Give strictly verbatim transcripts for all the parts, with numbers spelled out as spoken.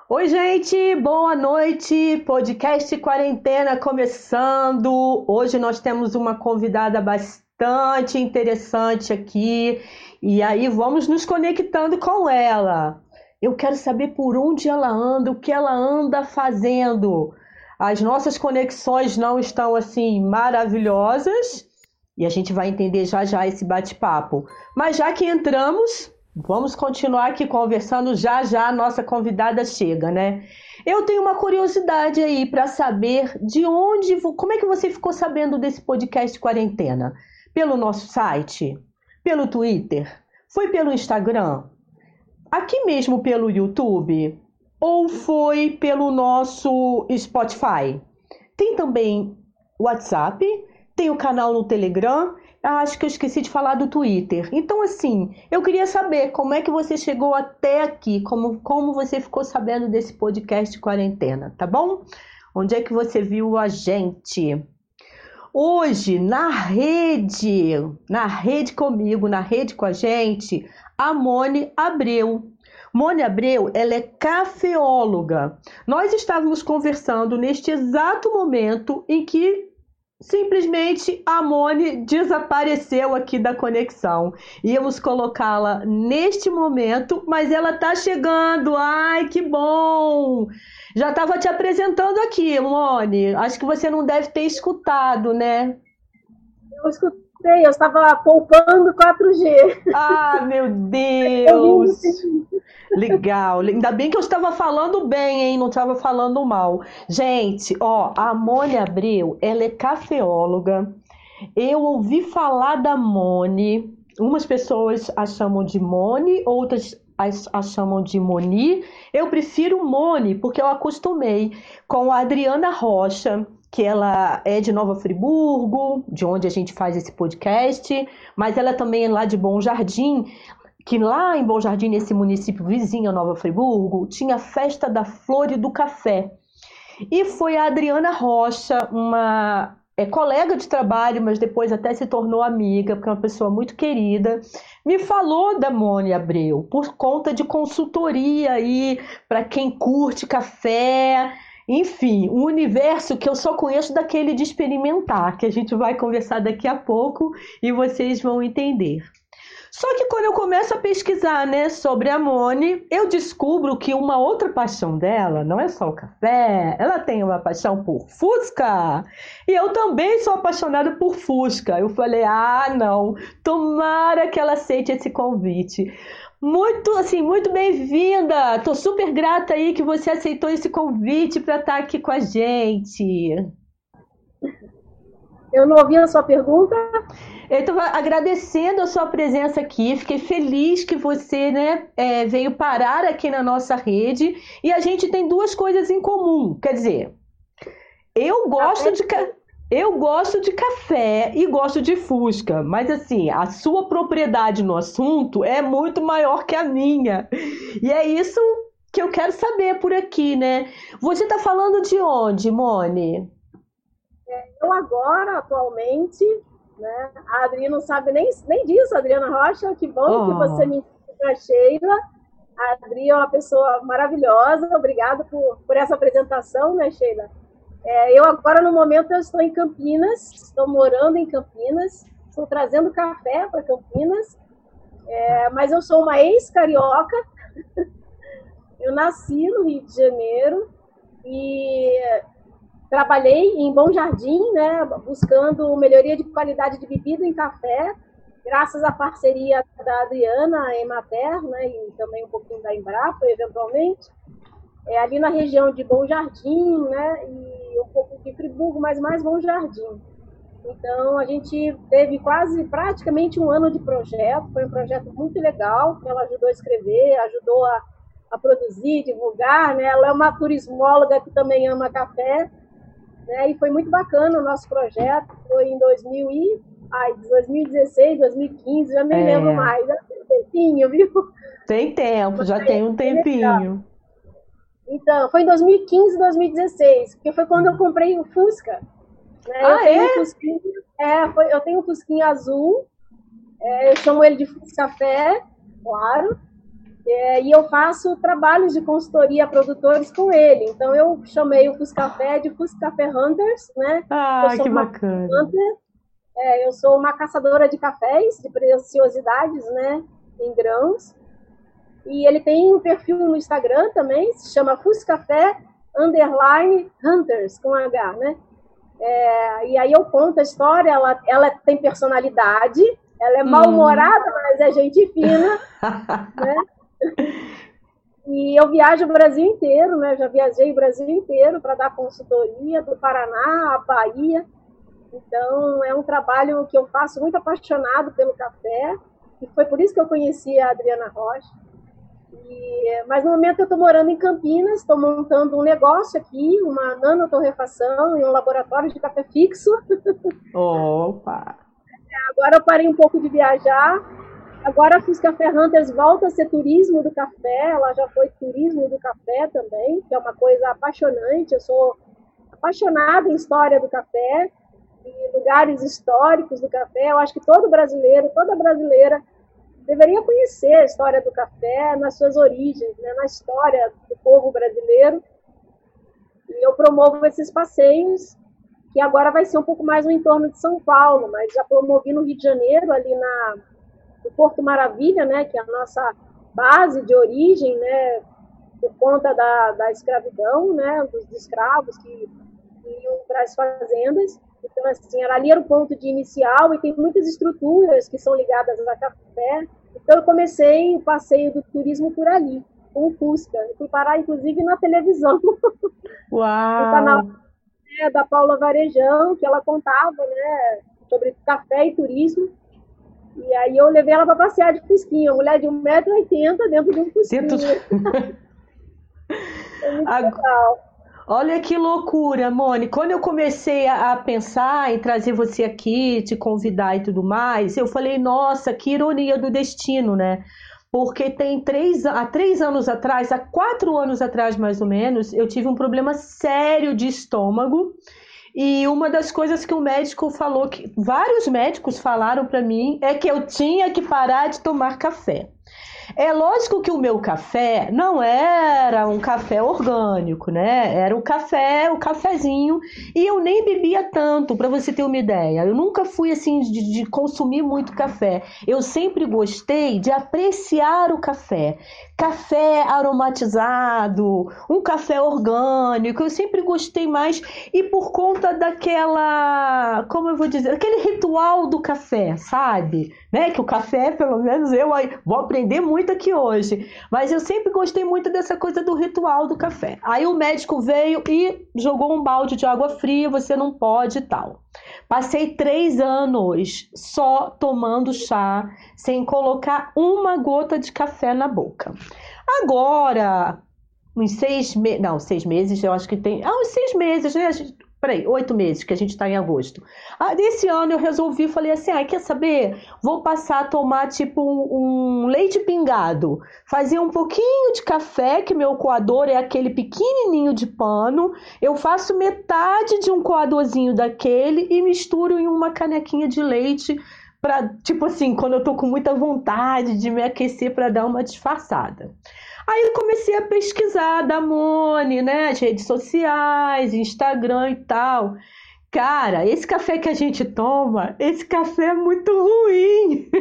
Oi, gente, boa noite. Podcast Quarentena começando. Hoje nós temos uma convidada bastante interessante aqui e aí vamos nos conectando com ela. Eu quero saber por onde ela anda, o que ela anda fazendo. As nossas conexões não estão assim maravilhosas e a gente vai entender já já esse bate-papo. Mas já que entramos, vamos continuar aqui conversando. Já já a nossa convidada chega, né? Eu tenho uma curiosidade aí para saber de onde, vo- como é que você ficou sabendo desse podcast Quarentena? Pelo nosso site? Pelo Twitter? Foi pelo Instagram? Aqui mesmo pelo YouTube? Ou foi pelo nosso Spotify? Tem também o WhatsApp, tem o canal no Telegram. Ah, acho que eu esqueci de falar do Twitter. Então, assim, eu queria saber como é que você chegou até aqui, como, como você ficou sabendo desse podcast de quarentena, tá bom? Onde é que você viu a gente? Hoje, na rede, na rede comigo, na rede com a gente, a Mone Abreu. Mone Abreu, ela é cafeóloga. Nós estávamos conversando neste exato momento em que simplesmente a Mone desapareceu aqui da conexão. Íamos colocá-la neste momento, mas ela está chegando. Ai, que bom! Já estava te apresentando aqui, Mone. Acho que você não deve ter escutado, né? Eu escutei, eu estava poupando quatro G. Ah, meu Ouvindo Deus! sim. Legal. Ainda bem que eu estava falando bem, hein? Não estava falando mal. Gente, ó, a Mone Abreu, ela é cafeóloga. Eu ouvi falar da Mone. Umas pessoas a chamam de Mone, outras as- a chamam de Moni. Eu prefiro Mone, porque eu acostumei com a Adriana Rocha, que ela é de Nova Friburgo, de onde a gente faz esse podcast, mas ela também é lá de Bom Jardim, que lá em Bom Jardim, nesse município vizinho a Nova Friburgo, tinha a festa da flor e do café. E foi a Adriana Rocha, uma é, colega de trabalho, mas depois até se tornou amiga, porque é uma pessoa muito querida, me falou da Mônia Abreu, por conta de consultoria aí, para quem curte café, enfim, um universo que eu só conheço daquele de experimentar, que a gente vai conversar daqui a pouco e vocês vão entender. Só que quando eu começo a pesquisar, né, sobre a Mone, eu descubro que uma outra paixão dela não é só o café, ela tem uma paixão por Fusca. E eu também sou apaixonada por Fusca. Eu falei: "Ah, não, tomara que ela aceite esse convite". Muito, assim, muito bem-vinda. Tô super grata aí que você aceitou esse convite para estar aqui com a gente. Eu não ouvi a sua pergunta. Eu estava agradecendo a sua presença aqui, fiquei feliz que você, né, é, veio parar aqui na nossa rede e a gente tem duas coisas em comum. Quer dizer, eu gosto Café, de, ca- eu gosto de café e gosto de Fusca, mas assim, a sua propriedade no assunto é muito maior que a minha. E é isso que eu quero saber por aqui, né? Você está falando de onde, Mone? eu agora, atualmente, né? A Adri não sabe nem, nem disso, Adriana Rocha. Que bom que você Oh. me encontra, Sheila. A Adri é uma pessoa maravilhosa. Obrigada por, por essa apresentação, né, Sheila? É, eu agora, no momento, eu estou em Campinas, estou morando em Campinas, estou trazendo café para Campinas, é, mas eu sou uma ex-carioca. Eu nasci no Rio de Janeiro e trabalhei em Bom Jardim, né, buscando melhoria de qualidade de bebida em café, graças à parceria da Adriana, a Emater, né, e também um pouquinho da Embrapa, eventualmente, é, ali na região de Bom Jardim, né, e um pouco de Friburgo, mas mais Bom Jardim. Então, a gente teve quase, praticamente um ano de projeto, foi um projeto muito legal, que ela ajudou a escrever, ajudou a, a produzir, divulgar, né? Ela é uma turismóloga que também ama café, né? E foi muito bacana o nosso projeto, foi em dois mil e, ai, dois mil e dezesseis, dois mil e quinze, já nem lembro É, mais, já tem um tempinho, viu? tem tempo, Mas já tem um foi legal. tempinho. Então, foi em dois mil e quinze, dois mil e dezesseis, porque foi quando eu comprei o Fusca, né? Eu Ah, tenho um é? Fusquinha, é, foi, eu tenho um Fusquinha azul, é, eu chamo ele de Fusca Café, claro. É, e eu faço trabalhos de consultoria a produtores com ele. Então, eu chamei o Fuscafé de Fuscafé Hunters, né? Eu Ah, sou que uma bacana. hunter, é, eu sou uma caçadora de cafés, de preciosidades, né? Em grãos. E ele tem um perfil no Instagram também, se chama Fuscafé Underline Hunters, com H, né? É, e aí eu conto a história, ela, ela tem personalidade, ela é Hum. mal-humorada, mas é gente fina, né? E eu viajo o Brasil inteiro, né? Já viajei o Brasil inteiro para dar consultoria, do Paraná à Bahia. Então, é um trabalho que eu faço muito apaixonado pelo café, e foi por isso que eu conheci a Adriana Rocha. E, mas no momento eu estou morando em Campinas, estou montando um negócio aqui, uma nanotorrefação e um laboratório de café fixo. Opa! Agora eu parei um pouco de viajar. Agora a Fuscafé Hunters volta a ser turismo do café, ela já foi turismo do café também, que é uma coisa apaixonante. Eu sou apaixonada em história do café e lugares históricos do café. Eu acho que todo brasileiro, toda brasileira deveria conhecer a história do café nas suas origens, né, na história do povo brasileiro. E eu promovo esses passeios, que agora vai ser um pouco mais no entorno de São Paulo, mas já promovi no Rio de Janeiro, ali na, no Porto Maravilha, né, que é a nossa base de origem, né, por conta da, da escravidão, né, dos escravos que, que iam para as fazendas. Então, assim, ali era o ponto de inicial e tem muitas estruturas que são ligadas a café. Então, eu comecei o passeio do turismo por ali, com o Fusca. Eu fui parar, inclusive, na televisão, no canal, Uau! né, da Paula Varejão, que ela contava, né, sobre café e turismo. E aí eu levei ela para passear de Fusquinha, mulher de um metro e oitenta dentro de um Dentro de... Fusquinha. Foi muito Ag- legal. Olha que loucura, Mone. Quando eu comecei a, a pensar em trazer você aqui, te convidar e tudo mais, eu falei, nossa, que ironia do destino, né? Porque tem três, há três anos atrás, há quatro anos atrás mais ou menos, eu tive um problema sério de estômago. E uma das coisas que o médico falou, que vários médicos falaram para mim, é que eu tinha que parar de tomar café. É lógico que o meu café não era um café orgânico, né? Era o café, o cafezinho, e eu nem bebia tanto, para você ter uma ideia. Eu nunca fui assim de, de consumir muito café. Eu sempre gostei de apreciar o café. Café aromatizado, um café orgânico, eu sempre gostei mais e por conta daquela, como eu vou dizer, aquele ritual do café, sabe? Né? Que o café, pelo menos eu vou aprender muito aqui hoje, mas eu sempre gostei muito dessa coisa do ritual do café. Aí o médico veio e jogou um balde de água fria, você não pode e tal. Passei três anos só tomando chá, sem colocar uma gota de café na boca. Agora, uns seis meses, não, seis meses, eu acho que tem, ah, uns seis meses, né? Peraí, oito meses, que a gente está em agosto. Ah, desse ano eu resolvi, falei assim, ah, quer saber? Vou passar a tomar tipo um, um leite pingado. Fazer um pouquinho de café, que meu coador é aquele pequenininho de pano. Eu faço metade de um coadorzinho daquele e misturo em uma canequinha de leite para, tipo assim, quando eu tô com muita vontade de me aquecer para dar uma disfarçada. Aí eu comecei a pesquisar da Mone, né? As redes sociais, Instagram e tal. Cara, esse café que a gente toma, esse café é muito ruim.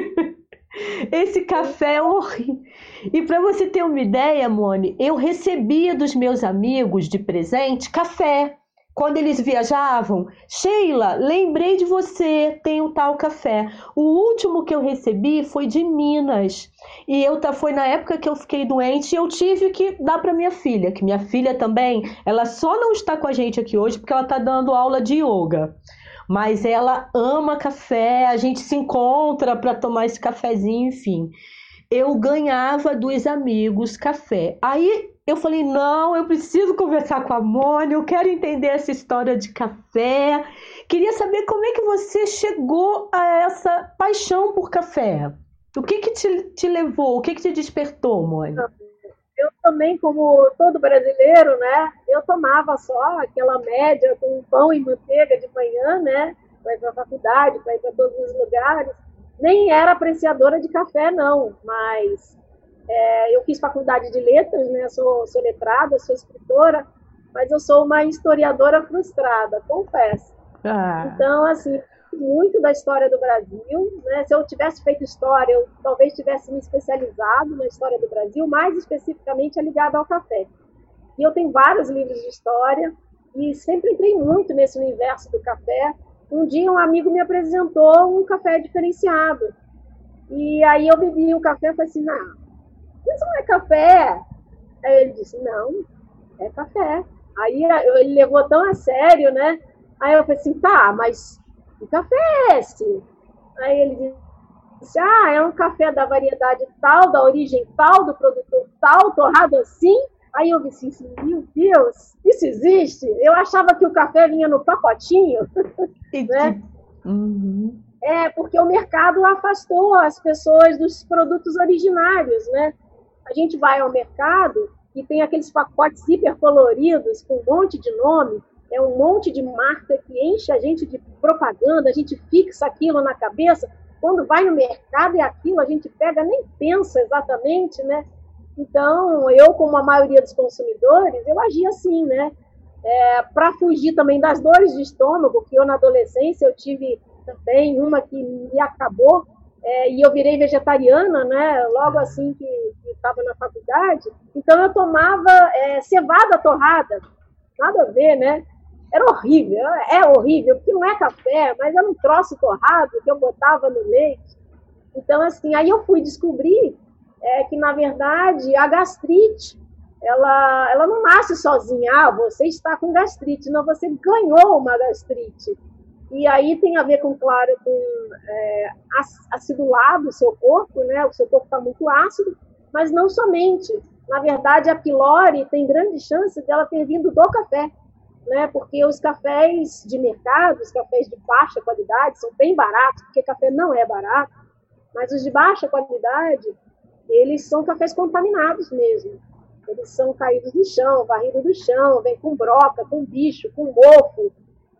Esse café é horrível. E para você ter uma ideia, Mone, eu recebia dos meus amigos de presente café. Quando eles viajavam, Sheila, lembrei de você, tem um tal café. O último que eu recebi foi de Minas. E eu tá, foi na época que eu fiquei doente e eu tive que dar para minha filha, que minha filha também, ela só não está com a gente aqui hoje porque ela está dando aula de yoga. Mas ela ama café, a gente se encontra para tomar esse cafezinho, enfim. Eu ganhava dos amigos café. Aí eu falei, não, eu preciso conversar com a Mônica, eu quero entender essa história de café. Queria saber como é que você chegou a essa paixão por café. O que que te, te levou? O que que te despertou, Mônica? Eu também, como todo brasileiro, né, eu tomava só aquela média com pão e manteiga de manhã, né, para ir para a faculdade, para ir para todos os lugares. Nem era apreciadora de café, não, mas É, eu fiz faculdade de letras, né? Sou, sou letrada, sou escritora, mas eu sou uma historiadora frustrada, confesso. Ah. Então, assim, muito da história do Brasil, né? Se eu tivesse feito história, eu talvez tivesse me especializado na história do Brasil, mais especificamente ligada ao café. E eu tenho vários livros de história e sempre entrei muito nesse universo do café. Um dia um amigo me apresentou um café diferenciado. E aí eu bebi o café e falei assim, não, isso não é café. Aí ele disse, não, é café. Aí ele levou tão a sério, né? Aí eu falei assim, tá, mas que café é esse? Aí ele disse, ah, é um café da variedade tal, da origem tal, do produtor tal, torrado assim. Aí eu disse assim, meu Deus, isso existe? Eu achava que o café vinha no pacotinho, né? Uhum. É, porque o mercado afastou as pessoas dos produtos originários, né? A gente vai ao mercado e tem aqueles pacotes hiper coloridos com um monte de nome, é um monte de marca que enche a gente de propaganda, a gente fixa aquilo na cabeça. Quando vai no mercado é aquilo, a gente pega, nem pensa exatamente, né? Então, eu, como a maioria dos consumidores, eu agi assim, né? É, para fugir também das dores de estômago, que eu na adolescência eu tive também uma que me acabou, é, e eu virei vegetariana, né? Logo assim que estava na faculdade. Então, eu tomava é, cevada torrada, nada a ver, né? Era horrível, é horrível, porque não é café, mas era um troço torrado que eu botava no leite. Então, assim, aí eu fui descobrir é, que, na verdade, a gastrite, ela, ela não nasce sozinha. Ah, você está com gastrite. Não, você ganhou uma gastrite. E aí tem a ver, com, claro, com é, acidular do seu corpo, né? O seu corpo está muito ácido, mas não somente. Na verdade, a pylori tem grande chance dela ter vindo do café, né? Porque os cafés de mercado, os cafés de baixa qualidade, são bem baratos, porque café não é barato, mas os de baixa qualidade, eles são cafés contaminados mesmo. Eles são caídos do chão, varridos do chão, vem com broca, com bicho, com mofo.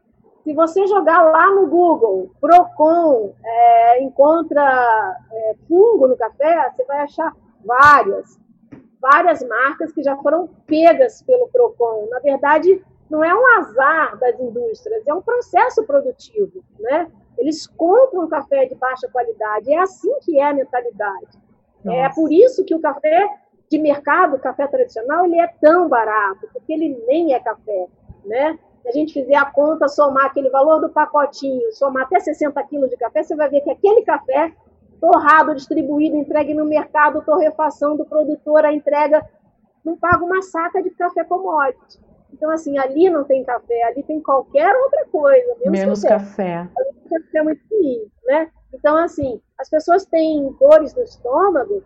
Se você jogar lá no Google, Procon, é, encontra é, fungo no café, você vai achar várias, várias marcas que já foram pegas pelo Procon. Na verdade, não é um azar das indústrias, é um processo produtivo, né? Eles compram café de baixa qualidade, é assim que é a mentalidade. Nossa. É por isso que o café de mercado, o café tradicional, ele é tão barato, porque ele nem é café, né? Se a gente fizer a conta, somar aquele valor do pacotinho, somar até sessenta quilos de café, você vai ver que aquele café torrado, distribuído, entregue no mercado, torrefação do produtor, a entrega, não paga uma saca de café commodity. Então, assim, ali não tem café, ali tem qualquer outra coisa, menos, menos café. café. O café é muito ruim, né? Então, assim, as pessoas têm dores no estômago,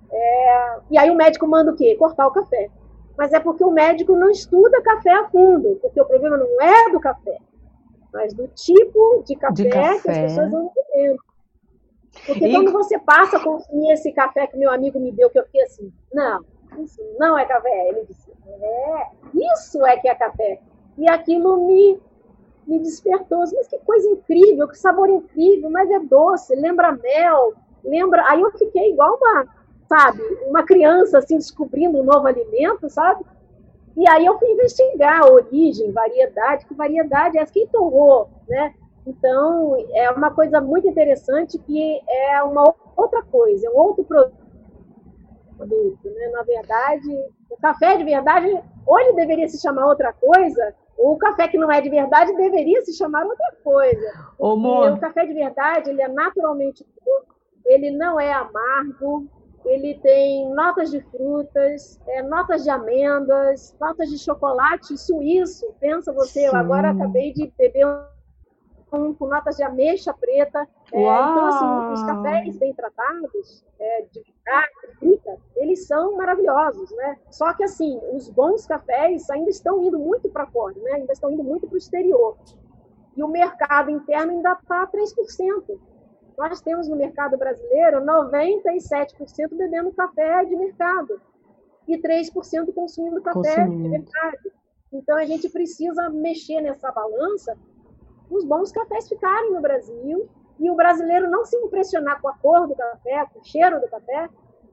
é... e aí o médico manda o quê? Cortar o café. Mas é porque o médico não estuda café a fundo, porque o problema não é do café, mas do tipo de café, de café. que as pessoas vão bebendo. Porque e... quando você passa a consumir esse café que meu amigo me deu, que eu fiquei assim, não, isso não é café. Ele disse, é, isso é que é café. E aquilo me, me despertou. Mas que coisa incrível, que sabor incrível, mas é doce, lembra mel, lembra... Aí eu fiquei igual uma, sabe, uma criança, assim, descobrindo um novo alimento, sabe? E aí eu fui investigar a origem, variedade, que variedade é essa? Quem torrou, né? Então, é uma coisa muito interessante que é uma outra coisa, é um outro produto. Né? Na verdade, o café de verdade, ou ele deveria se chamar outra coisa, ou o café que não é de verdade deveria se chamar outra coisa. Ô, o café de verdade, ele é naturalmente puro, ele não é amargo, ele tem notas de frutas, é, notas de amêndoas, notas de chocolate suíço. Pensa você, Sim. eu agora acabei de beber um com notas de ameixa preta. É, então, assim, os cafés bem tratados, é, de fruta, eles são maravilhosos, né? Só que, assim, os bons cafés ainda estão indo muito para fora, né? Ainda estão indo muito para o exterior. E o mercado interno ainda está a três por cento. Nós temos no mercado brasileiro noventa e sete por cento bebendo café de mercado e três por cento consumindo café Consumindo. de mercado. Então, a gente precisa mexer nessa balança, os bons cafés ficarem no Brasil e o brasileiro não se impressionar com a cor do café, com o cheiro do café,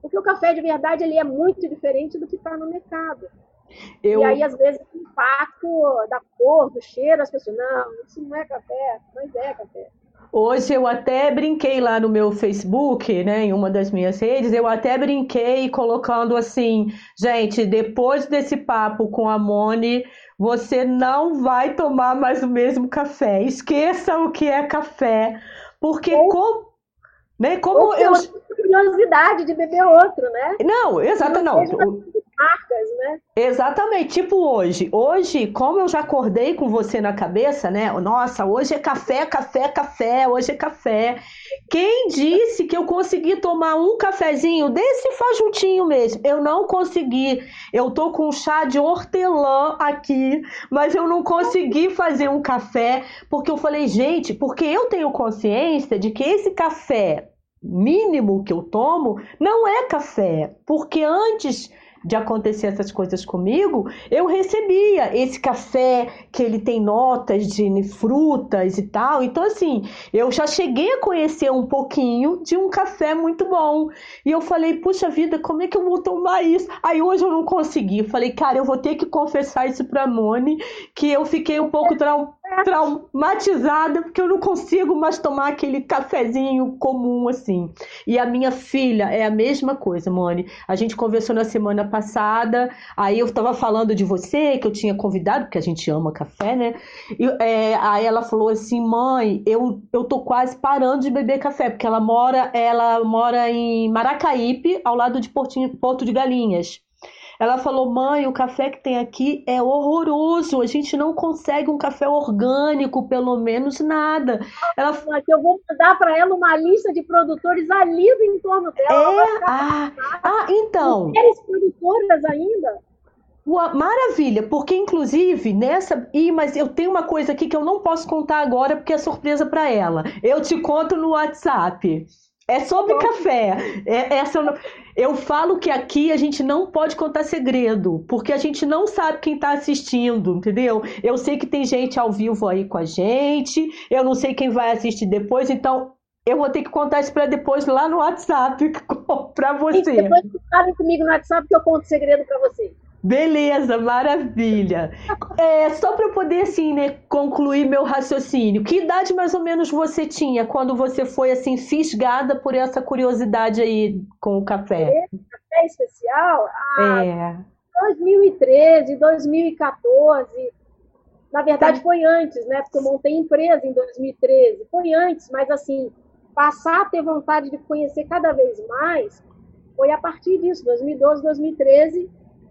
Porque o café de verdade ele é muito diferente do que está no mercado. Eu... E aí, às vezes, o impacto da cor, do cheiro, as pessoas, não, isso não é café, mas é café. Hoje eu até brinquei lá no meu Facebook, né, em uma das minhas redes, eu até brinquei colocando assim, gente, depois desse papo com a Moni, você não vai tomar mais o mesmo café. Esqueça o que é café, porque Ou, como, né, ou como ter eu... outra curiosidade de beber outro, né? Não, exato, Não não. seja marcas, né? Exatamente, tipo hoje. Hoje, como eu já acordei com você na cabeça, né? Nossa, hoje é café, café, café, hoje é café. Quem disse que eu consegui tomar um cafezinho desse fajutinho mesmo? Eu não consegui. Eu tô com um chá de hortelã aqui, mas eu não consegui fazer um café, porque eu falei, gente, porque eu tenho consciência de que esse café mínimo que eu tomo não é café, porque antes de acontecer essas coisas comigo, eu recebia esse café que ele tem notas de frutas e tal. Então, assim, eu já cheguei a conhecer um pouquinho de um café muito bom. E eu falei, puxa vida, como é que eu vou tomar isso? Aí hoje eu não consegui. Falei, cara, eu vou ter que confessar isso pra Moni, que eu fiquei um pouco trau traumatizada, porque eu não consigo mais tomar aquele cafezinho comum assim. E a minha filha é a mesma coisa, Moni. A gente conversou na semana passada, aí eu estava falando de você, que eu tinha convidado, porque a gente ama café, né? E, é, aí ela falou assim, mãe, eu, eu tô quase parando de beber café, porque ela mora, ela mora em Maracaípe, ao lado de Portinho, Porto de Galinhas. Ela falou, mãe, o café que tem aqui é horroroso, a gente não consegue um café orgânico, pelo menos nada. Ela Eu vou mandar para ela uma lista de produtores ali do entorno dela. é, ela vai ficar ah, ah, então. mulheres produtoras ainda. Ua, maravilha, porque inclusive nessa. Ih, mas eu tenho uma coisa aqui que eu não posso contar agora porque é surpresa para ela. Eu te conto no WhatsApp. É sobre café. É, essa eu, não- eu falo que aqui a gente não pode contar segredo, porque a gente não sabe quem está assistindo, entendeu? Eu sei que tem gente ao vivo aí com a gente, eu não sei quem vai assistir depois, então eu vou ter que contar isso para depois lá no WhatsApp para E você. depois falem comigo no WhatsApp que eu conto segredo para vocês. Beleza, maravilha. É, só para eu poder assim, né, concluir meu raciocínio. Que idade mais ou menos você tinha quando você foi assim fisgada por essa curiosidade aí com o café? Esse café especial, ah, É. dois mil e treze, dois mil e quatorze. Na verdade, foi antes, né? Porque eu montei empresa em dois mil e treze. Foi antes, mas assim, passar a ter vontade de conhecer cada vez mais foi a partir disso, dois mil e doze, dois mil e treze.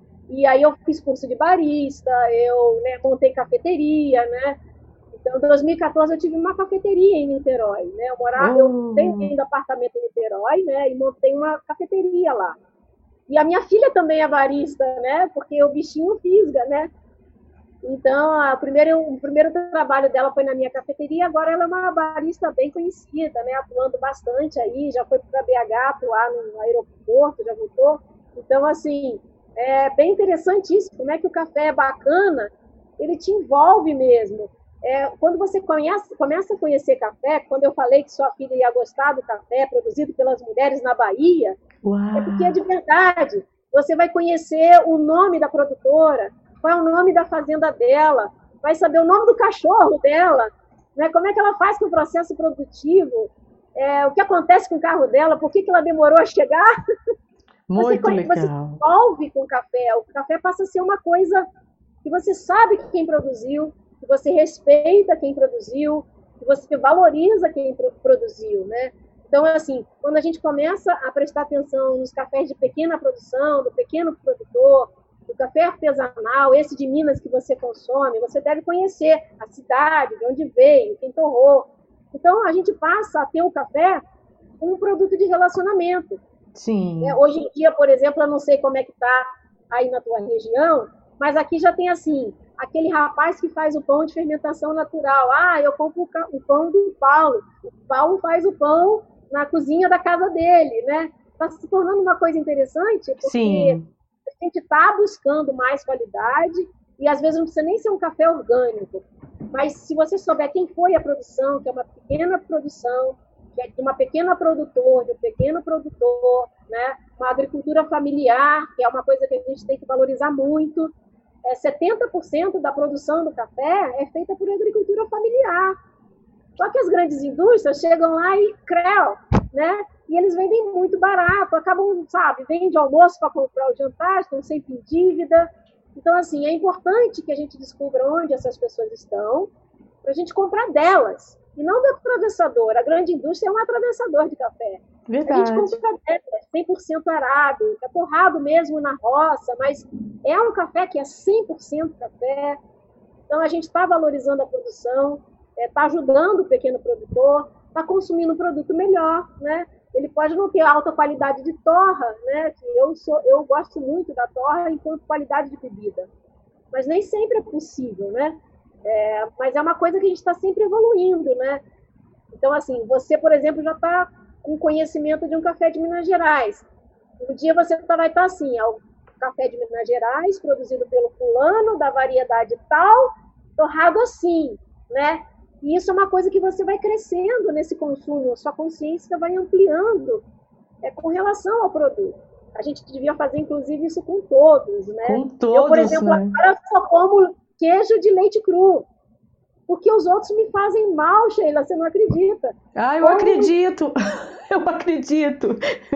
E aí eu fiz curso de barista, eu, né, montei cafeteria, né? Então, em dois mil e quatorze eu tive uma cafeteria em Niterói, né? Eu morava, eu tenho Oh, ainda apartamento em Niterói, né? E montei uma cafeteria lá. E a minha filha também é barista, né? Porque o bichinho fisga, né? Então, a primeira, o primeiro trabalho dela foi na minha cafeteria, agora ela é uma barista bem conhecida, né? Atuando bastante aí, já foi para B H atuar no aeroporto, já voltou. Então, assim, é bem interessante isso, como é que o café é bacana, ele te envolve mesmo. É, quando você conhece, começa a conhecer café, quando eu falei que sua filha ia gostar do café produzido pelas mulheres na Bahia, é porque é uau. de verdade. Você vai conhecer o nome da produtora, qual é o nome da fazenda dela, vai saber o nome do cachorro dela, né? Como é que ela faz com o processo produtivo, é, o que acontece com o carro dela, por que, que ela demorou a chegar. Você, Muito você se legal. envolve com o café, o café passa a ser uma coisa que você sabe quem produziu, que você respeita quem produziu, que você valoriza quem produziu, né? Então, assim, quando a gente começa a prestar atenção nos cafés de pequena produção, do pequeno produtor, do café artesanal, esse de Minas que você consome, você deve conhecer a cidade, de onde veio, quem torrou. Então, a gente passa a ter o café como um produto de relacionamento. É, Sim, hoje em dia, por exemplo, eu não sei como é que está aí na tua região, mas aqui já tem assim, aquele rapaz que faz o pão de fermentação natural. Ah, eu compro o pão do Paulo. O Paulo faz o pão na cozinha da casa dele, né? Está se tornando uma coisa interessante, porque sim, a gente está buscando mais qualidade e às vezes não precisa nem ser um café orgânico. Mas se você souber quem foi a produção, que é uma pequena produção, que é de uma pequena produtora, de um pequeno produtor, né? Uma agricultura familiar, que é uma coisa que a gente tem que valorizar muito. É, setenta por cento da produção do café é feita por agricultura familiar. Só que as grandes indústrias chegam lá e creu, né? E eles vendem muito barato, acabam, sabe, vende almoço para comprar o jantar, estão sempre em dívida. Então, assim, é importante que a gente descubra onde essas pessoas estão, para a gente comprar delas, e não do atravessador. A grande indústria é um atravessador de café. Verdade. A gente compra delas, cem por cento arábica, torrado mesmo na roça, mas é um café que é cem por cento café. Então, a gente está valorizando a produção, está ajudando o pequeno produtor, está consumindo um produto melhor, né? Ele pode não ter alta qualidade de torra, né? Que eu, sou, eu gosto muito da torra enquanto qualidade de bebida, mas nem sempre é possível, né? É, mas é uma coisa que a gente está sempre evoluindo, né? Então, assim, você, por exemplo, já está com conhecimento de um café de Minas Gerais. Um dia você vai estar assim, ó, o café de Minas Gerais, produzido pelo fulano, da variedade tal, torrado assim, né? E isso é uma coisa que você vai crescendo nesse consumo, sua consciência vai ampliando é, com relação ao produto. A gente devia fazer, inclusive, isso com todos, né? Com todos, eu, por exemplo, né? agora só como queijo de leite cru, porque os outros me fazem mal, Sheila, você não acredita. Ah, eu como... acredito, eu acredito.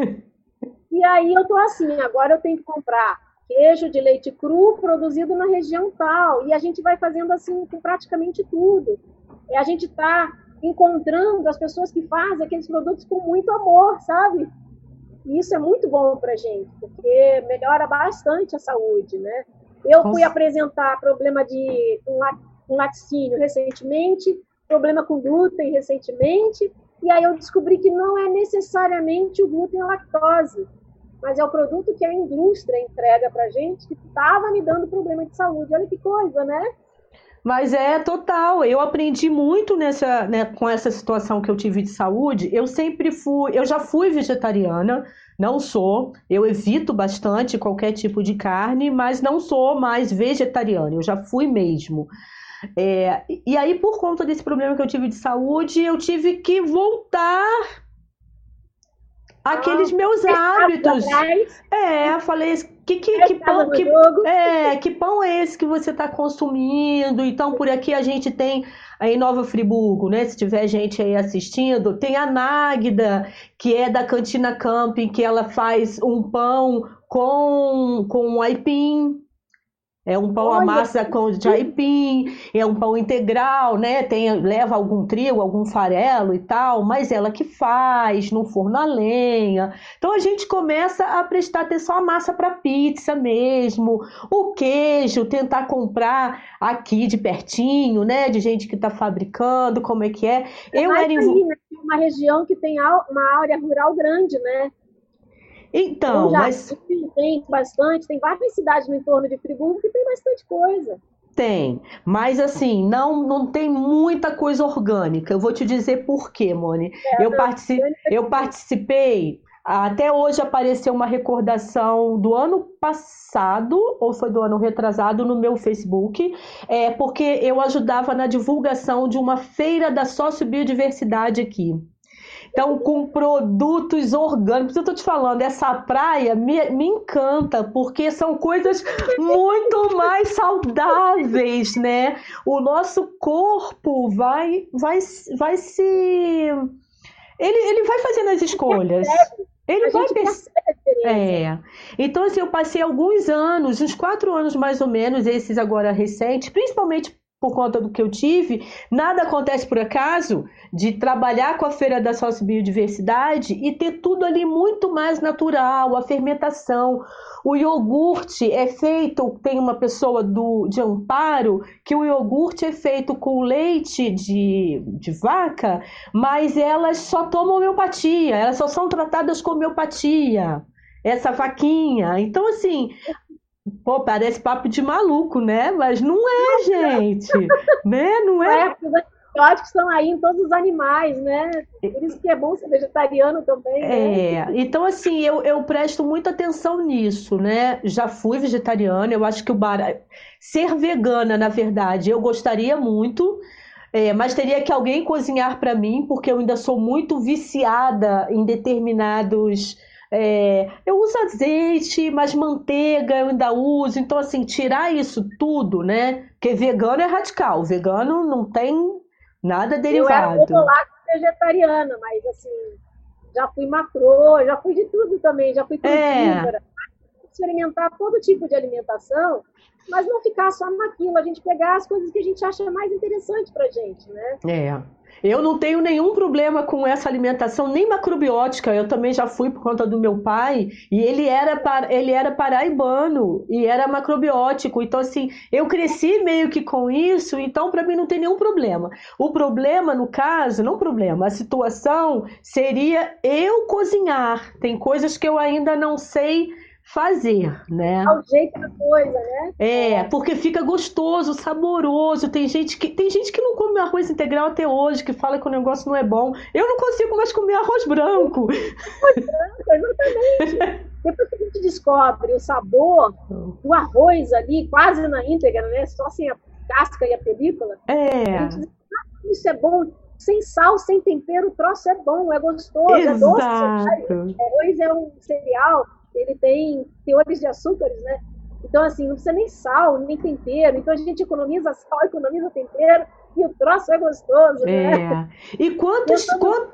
E aí eu tô assim, agora eu tenho que comprar queijo de leite cru produzido na região tal, e a gente vai fazendo assim com praticamente tudo. E a gente está encontrando as pessoas que fazem aqueles produtos com muito amor, sabe? E isso é muito bom para a gente, porque melhora bastante a saúde, né? Eu fui Nossa. apresentar problema de um laticínio recentemente, problema com glúten recentemente, e aí eu descobri que não é necessariamente o glúten e a lactose, mas é o produto que a indústria entrega para a gente que estava me dando problema de saúde. Olha que coisa, né? Mas é total, eu aprendi muito nessa, né, com essa situação que eu tive de saúde. Eu sempre fui, eu já fui vegetariana, não sou, eu evito bastante qualquer tipo de carne, mas não sou mais vegetariana, eu já fui mesmo. É, e aí, por conta desse problema que eu tive de saúde, eu tive que voltar àqueles meus hábitos. É, falei, que, que, que, pão, que, é, que pão é esse que você está consumindo? Então, por aqui a gente tem aí em Nova Friburgo, né? Se tiver gente aí assistindo, tem a Náguida, que é da Cantina Camping, que ela faz um pão com, com aipim. É um pão à massa com de aipim, é um pão integral, né? Tem, leva algum trigo, algum farelo e tal, mas ela que faz no forno a lenha. Então a gente começa a prestar atenção à massa para pizza mesmo, o queijo, tentar comprar aqui de pertinho, né? De gente que está fabricando, como é que é. Eu era em... aí, né? Uma região que tem uma área rural grande, né? Então, já mas... tem bastante, tem várias cidades no entorno de Friburgo que tem bastante coisa. Tem, mas assim, não, não tem muita coisa orgânica. Eu vou te dizer por quê, Moni. É, eu, partici... eu participei, até hoje apareceu uma recordação do ano passado, ou foi do ano retrasado, no meu Facebook, é, porque eu ajudava na divulgação de uma feira da sociobiodiversidade aqui. Então, com produtos orgânicos, eu tô te falando, essa praia me, me encanta, porque são coisas muito mais saudáveis, né? O nosso corpo vai, vai, vai se... Ele, ele vai fazendo as escolhas. Ele vai perceber. É. Então, assim, eu passei alguns anos, uns quatro anos mais ou menos, esses agora recentes, principalmente por conta do que eu tive, nada acontece por acaso, de trabalhar com a Feira da Sociobiodiversidade e ter tudo ali muito mais natural, a fermentação. O iogurte é feito, tem uma pessoa do, de Amparo, que o iogurte é feito com leite de, de vaca, mas elas só tomam homeopatia, elas só são tratadas com homeopatia, essa vaquinha. Então, assim... Pô, parece papo de maluco, né? Mas não é, gente. Né? Não é? É, os antibióticos estão aí em todos os animais, né? Por isso que é bom ser vegetariano também, né? É, então assim, eu, eu presto muita atenção nisso, né? Já fui vegetariana, eu acho que o bar... ser vegana, na verdade, eu gostaria muito, é, mas teria que alguém cozinhar para mim, porque eu ainda sou muito viciada em determinados... É, eu uso azeite, mas manteiga eu ainda uso. Então, assim, tirar isso tudo, né? Porque vegano é radical. Vegano não tem nada Eu era derivado. ovo-lacto vegetariana, mas assim, já fui macro, já fui de tudo também, já fui É, crudívora. Experimentar todo tipo de alimentação, mas não ficar só naquilo, a gente pegar as coisas que a gente acha mais interessante pra gente, né? é. Eu não tenho nenhum problema com essa alimentação, nem macrobiótica. Eu também já fui por conta do meu pai, e ele era, par- ele era paraibano e era macrobiótico. Então, assim, eu cresci meio que com isso, então para mim não tem nenhum problema. O problema, no caso, não problema, a situação seria eu cozinhar. Tem coisas que eu ainda não sei fazer, né? Ao jeito da coisa, né? É, porque fica gostoso, saboroso. Tem gente que tem gente que não come arroz integral até hoje, que fala que o negócio não é bom. Eu não consigo mais comer arroz branco. Exatamente. Depois que a gente descobre o sabor do arroz ali, quase na íntegra, né? Só sem a casca e a película, a É, gente diz, ah, isso é bom. Sem sal, sem tempero, o troço é bom, é gostoso, é doce. exato. Arroz é um cereal, ele tem teores de açúcares, né? Então, assim, não precisa nem sal, nem tempero. Então, a gente economiza sal, economiza tempero, e o troço é gostoso, né? É. E quantos, quan-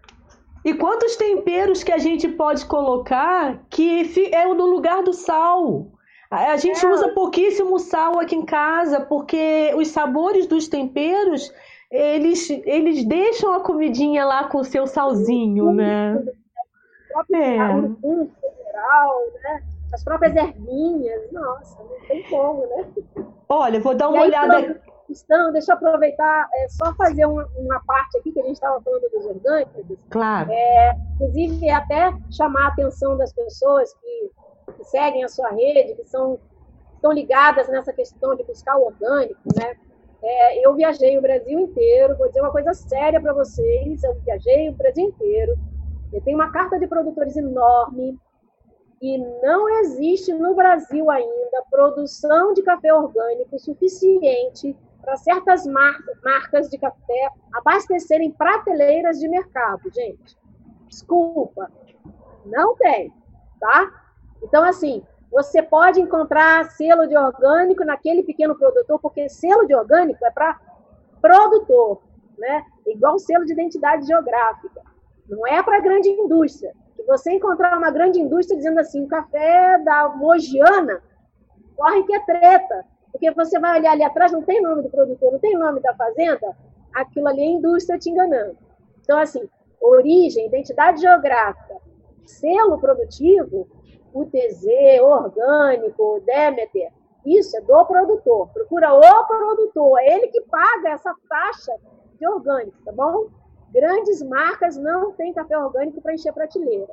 e quantos temperos que a gente pode colocar que fi- é o no lugar do sal? A a gente usa É, pouquíssimo sal aqui em casa, porque os sabores dos temperos, eles, eles deixam a comidinha lá com o seu salzinho, né? o próprio É. urucum federal, né? As próprias ervinhas, nossa, não tem como, né? Olha, vou dar E uma aí, olhada. então, deixa eu aproveitar, é, só fazer uma, uma parte aqui que a gente estava falando dos orgânicos. Claro. Inclusive, até chamar a atenção das pessoas que, que seguem a sua rede, que são, estão ligadas nessa questão de buscar o orgânico, né? É, eu viajei o Brasil inteiro, vou dizer uma coisa séria para vocês, eu viajei o Brasil inteiro, eu tenho uma carta de produtores enorme, e não existe no Brasil ainda produção de café orgânico suficiente para certas mar marcas de café abastecerem prateleiras de mercado, gente. Desculpa, não tem, tá? Então, assim, você pode encontrar selo de orgânico naquele pequeno produtor, porque selo de orgânico é para produtor, né? Igual selo de identidade geográfica. Não é para grande indústria. Se você encontrar uma grande indústria dizendo assim, o café da Mogiana, corre que é treta. Porque você vai olhar ali atrás, não tem nome do produtor, não tem nome da fazenda, aquilo ali é indústria te enganando. Então, assim, origem, identidade geográfica, selo produtivo, U T Z, orgânico, Demeter, isso é do produtor. Procura o produtor, é ele que paga essa taxa de orgânico, tá bom? Grandes marcas não têm café orgânico para encher prateleira.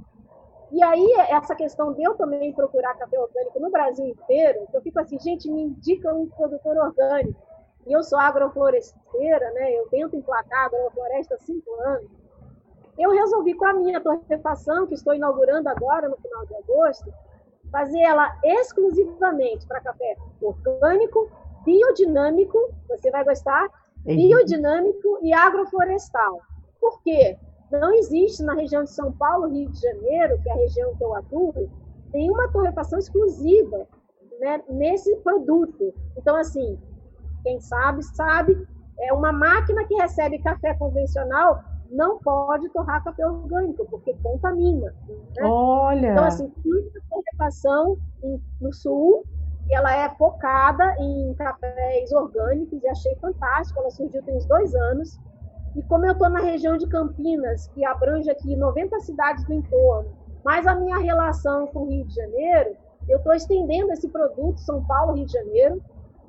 E aí, essa questão de eu também procurar café orgânico no Brasil inteiro, eu fico assim, gente, me indica um produtor orgânico. E eu sou agrofloresteira, né? Eu tento emplacar a agrofloresta há cinco anos. Eu resolvi, com a minha torrefação, que estou inaugurando agora, no final de agosto, fazer ela exclusivamente para café orgânico, biodinâmico, você vai gostar, biodinâmico e agroflorestal. Por quê? Não existe na região de São Paulo, Rio de Janeiro, que é a região que eu atuo, nenhuma torrefação exclusiva, né, nesse produto. Então, assim, quem sabe, sabe, é uma máquina que recebe café convencional não pode torrar café orgânico, porque contamina. Né? Olha! Então, assim, tem uma torrefação no sul, ela é focada em cafés orgânicos e achei fantástico, ela surgiu tem uns dois anos. E como eu estou na região de Campinas, que abrange aqui noventa cidades do entorno, mais a minha relação com o Rio de Janeiro, eu estou estendendo esse produto, São Paulo, Rio de Janeiro,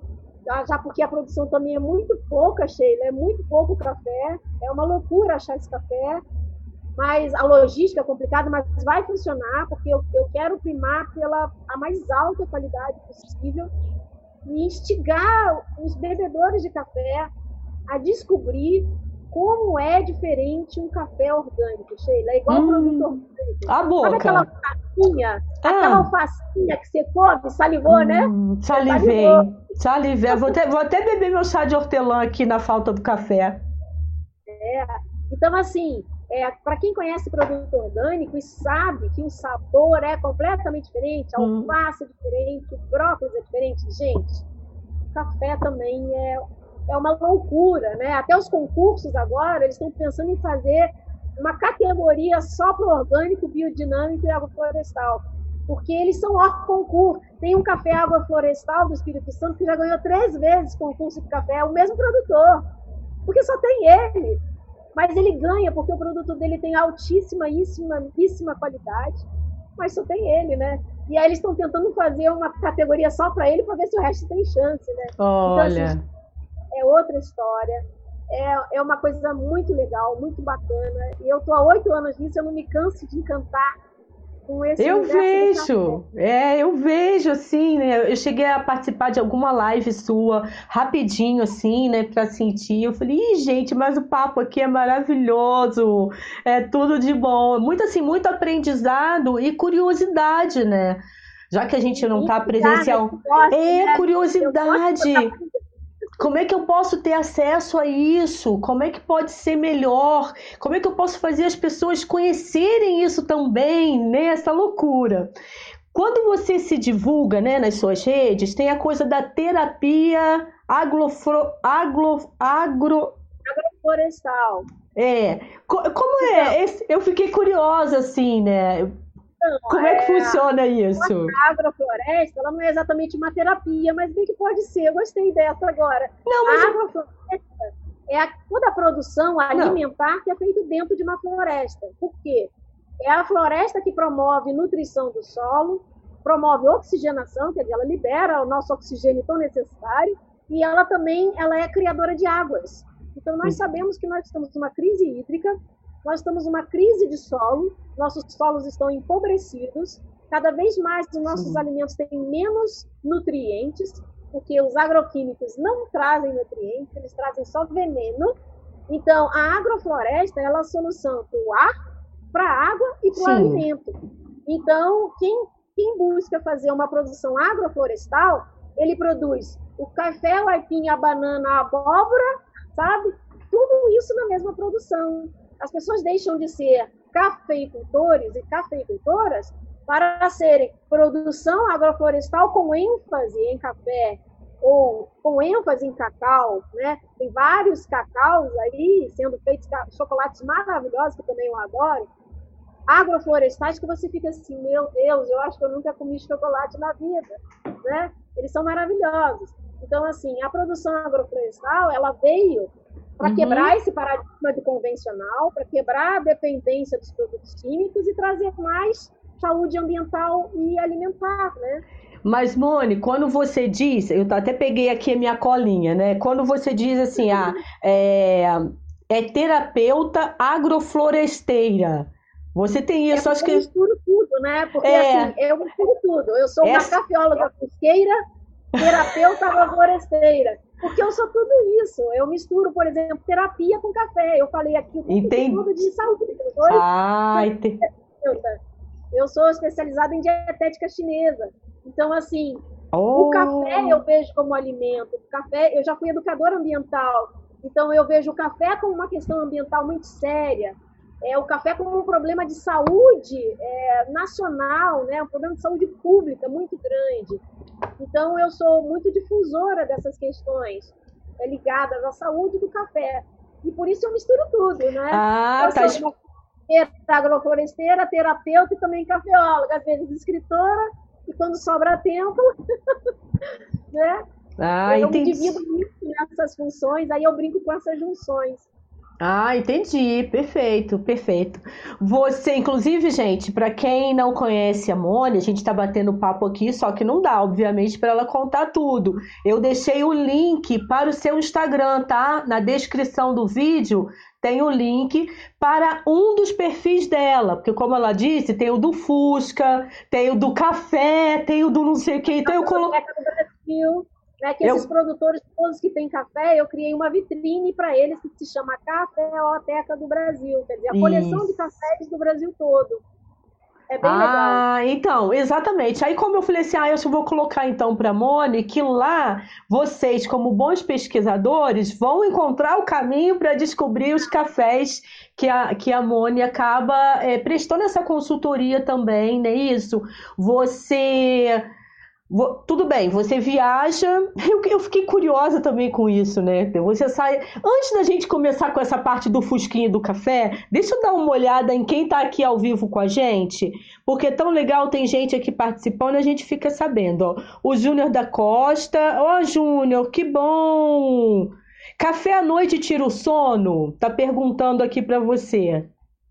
já porque a produção também é muito pouca, Sheila, é muito pouco café, é uma loucura achar esse café, mas a logística é complicada, mas vai funcionar, porque eu, eu quero primar pela a mais alta qualidade possível e instigar os bebedores de café a descobrir como é diferente um café orgânico, Sheila. É igual hum, produto orgânico. A boca. Sabe aquela alfacinha? Ah. Aquela alfacinha que você come, salivou, hum, né? Salivei. Salivou. Salivei. Vou até, vou até beber meu chá de hortelã aqui na falta do café. É. Então, assim, É, para quem conhece produto orgânico e sabe que o sabor é completamente diferente, a Hum. alface é diferente, o brócolis é diferente, gente, o café também é, é uma loucura, né? Até os concursos agora, eles estão pensando em fazer uma categoria só para o orgânico, biodinâmico e agroflorestal, porque eles são hors concurso. Tem um café agroflorestal do Espírito Santo que já ganhou três vezes concurso de café, é o mesmo produtor, porque só tem ele. Mas ele ganha porque o produto dele tem altíssima, altíssima qualidade, mas só tem ele, né? E aí eles estão tentando fazer uma categoria só para ele para ver se o resto tem chance, né? Olha. Então, assim, é outra história, é, é uma coisa muito legal, muito bacana. E eu estou há oito anos nisso, eu não me canso de encantar com esse Eu universo vejo, do café. é, eu vejo, assim, né? Eu cheguei a participar de alguma live sua, rapidinho, assim, né, pra sentir. Eu falei, ih, gente, mas o papo aqui é maravilhoso, é tudo de bom. Muito, assim, muito aprendizado e curiosidade, né? Já que a gente não tá Instigar, né? presencial. Eu gosto, É, né? Eu gosto de curiosidade. aprender. Como é que eu posso ter acesso a isso? Como é que pode ser melhor? Como é que eu posso fazer as pessoas conhecerem isso também, né? Essa loucura. Quando você se divulga, né, nas suas redes, tem a coisa da terapia agrofro, agro, agro, Florestal. é. Co- Como Então, é? Esse- Eu fiquei curiosa, assim, né? Como é que é, funciona isso? a agrofloresta, ela não é exatamente uma terapia, mas bem que pode ser. Eu gostei dessa agora. Não, mas A agrofloresta é a, toda a produção não. alimentar que é feita dentro de uma floresta. Por quê? É a floresta que promove nutrição do solo, promove oxigenação, quer dizer, ela libera o nosso oxigênio tão necessário, e ela também ela é criadora de águas. Então, nós sabemos que nós estamos numa crise hídrica, nós estamos numa crise de solo, nossos solos estão empobrecidos, cada vez mais os nossos Sim. alimentos têm menos nutrientes, porque os agroquímicos não trazem nutrientes, eles trazem só veneno. Então, a agrofloresta ela é a solução para o ar, para a água e para o Sim. alimento. Então, quem, quem busca fazer uma produção agroflorestal, ele produz o café, o aipim, a banana, a abóbora, sabe? Tudo isso na mesma produção. As pessoas deixam de ser cafeicultores e cafeicultoras para serem produção agroflorestal com ênfase em café ou com ênfase em cacau, né? Tem vários cacaus aí sendo feitos, chocolates maravilhosos, que também eu adoro, agroflorestais, que você fica assim, meu Deus, eu acho que eu nunca comi chocolate na vida, né? Eles são maravilhosos. Então, assim, a produção agroflorestal, ela veio para Uhum. quebrar esse paradigma do convencional, para quebrar a dependência dos produtos químicos e trazer mais saúde ambiental e alimentar, né? Mas, Mone, quando você diz, eu até peguei aqui a minha colinha, né? Quando você diz assim, ah, é, é terapeuta agrofloresteira. Você tem É isso, acho porque eu que misturo tudo, né? Porque, é, assim, eu misturo tudo. Eu sou uma essa, cafeóloga fusqueira, terapeuta agrofloresteira. Porque eu sou tudo isso. Eu misturo, por exemplo, terapia com café. Eu falei aqui o tempo entendi. todo de saúde. Eu sou Ah, entendi. terapeuta. Eu sou especializada em dietética chinesa. Então, assim, o café Oh, eu vejo como alimento. O café, eu já fui educadora ambiental. Então, eu vejo o café como uma questão ambiental muito séria. É, o café como um problema de saúde é, nacional, né? Um problema de saúde pública muito grande. Então, eu sou muito difusora dessas questões é, ligadas à saúde do café. E por isso eu misturo tudo, né? ah, Eu tá. sou uma agrofloresteira, terapeuta e também cafeóloga, às vezes escritora, e quando sobra tempo, né? Ah, Eu me entendi. divido muito nessas funções, aí eu brinco com essas junções. Ah, entendi. Perfeito, perfeito. Você, inclusive, gente, para quem não conhece a Mônica, a gente está batendo papo aqui, só que não dá, obviamente, para ela contar tudo. Eu deixei o link para o seu Instagram, tá? Na descrição do vídeo tem o link para um dos perfis dela, porque como ela disse, tem o do Fusca, tem o do café, tem o do não sei o que, então eu coloquei. Biblioteca do Brasil, né, que esses Eu... produtores todos que têm café, eu criei uma vitrine para eles que se chama Cafeoteca do Brasil, quer dizer, a coleção de Isso. cafés do Brasil todo. É bem legal. Ah, então, exatamente. Aí, como eu falei assim, ah, eu só vou colocar então para a Moni que lá vocês, como bons pesquisadores, vão encontrar o caminho para descobrir os cafés que a, que a Moni acaba é, prestando essa consultoria também, não é isso? Você Vo- Tudo bem, você viaja. Eu, eu fiquei curiosa também com isso, né? Você sai. Antes da gente começar com essa parte do fusquinha e do café, deixa eu dar uma olhada em quem tá aqui ao vivo com a gente, porque é tão legal, tem gente aqui participando, a gente fica sabendo, ó. O Júnior da Costa. Ó, Júnior, que bom! Café à noite tira o sono? Tá perguntando aqui pra você.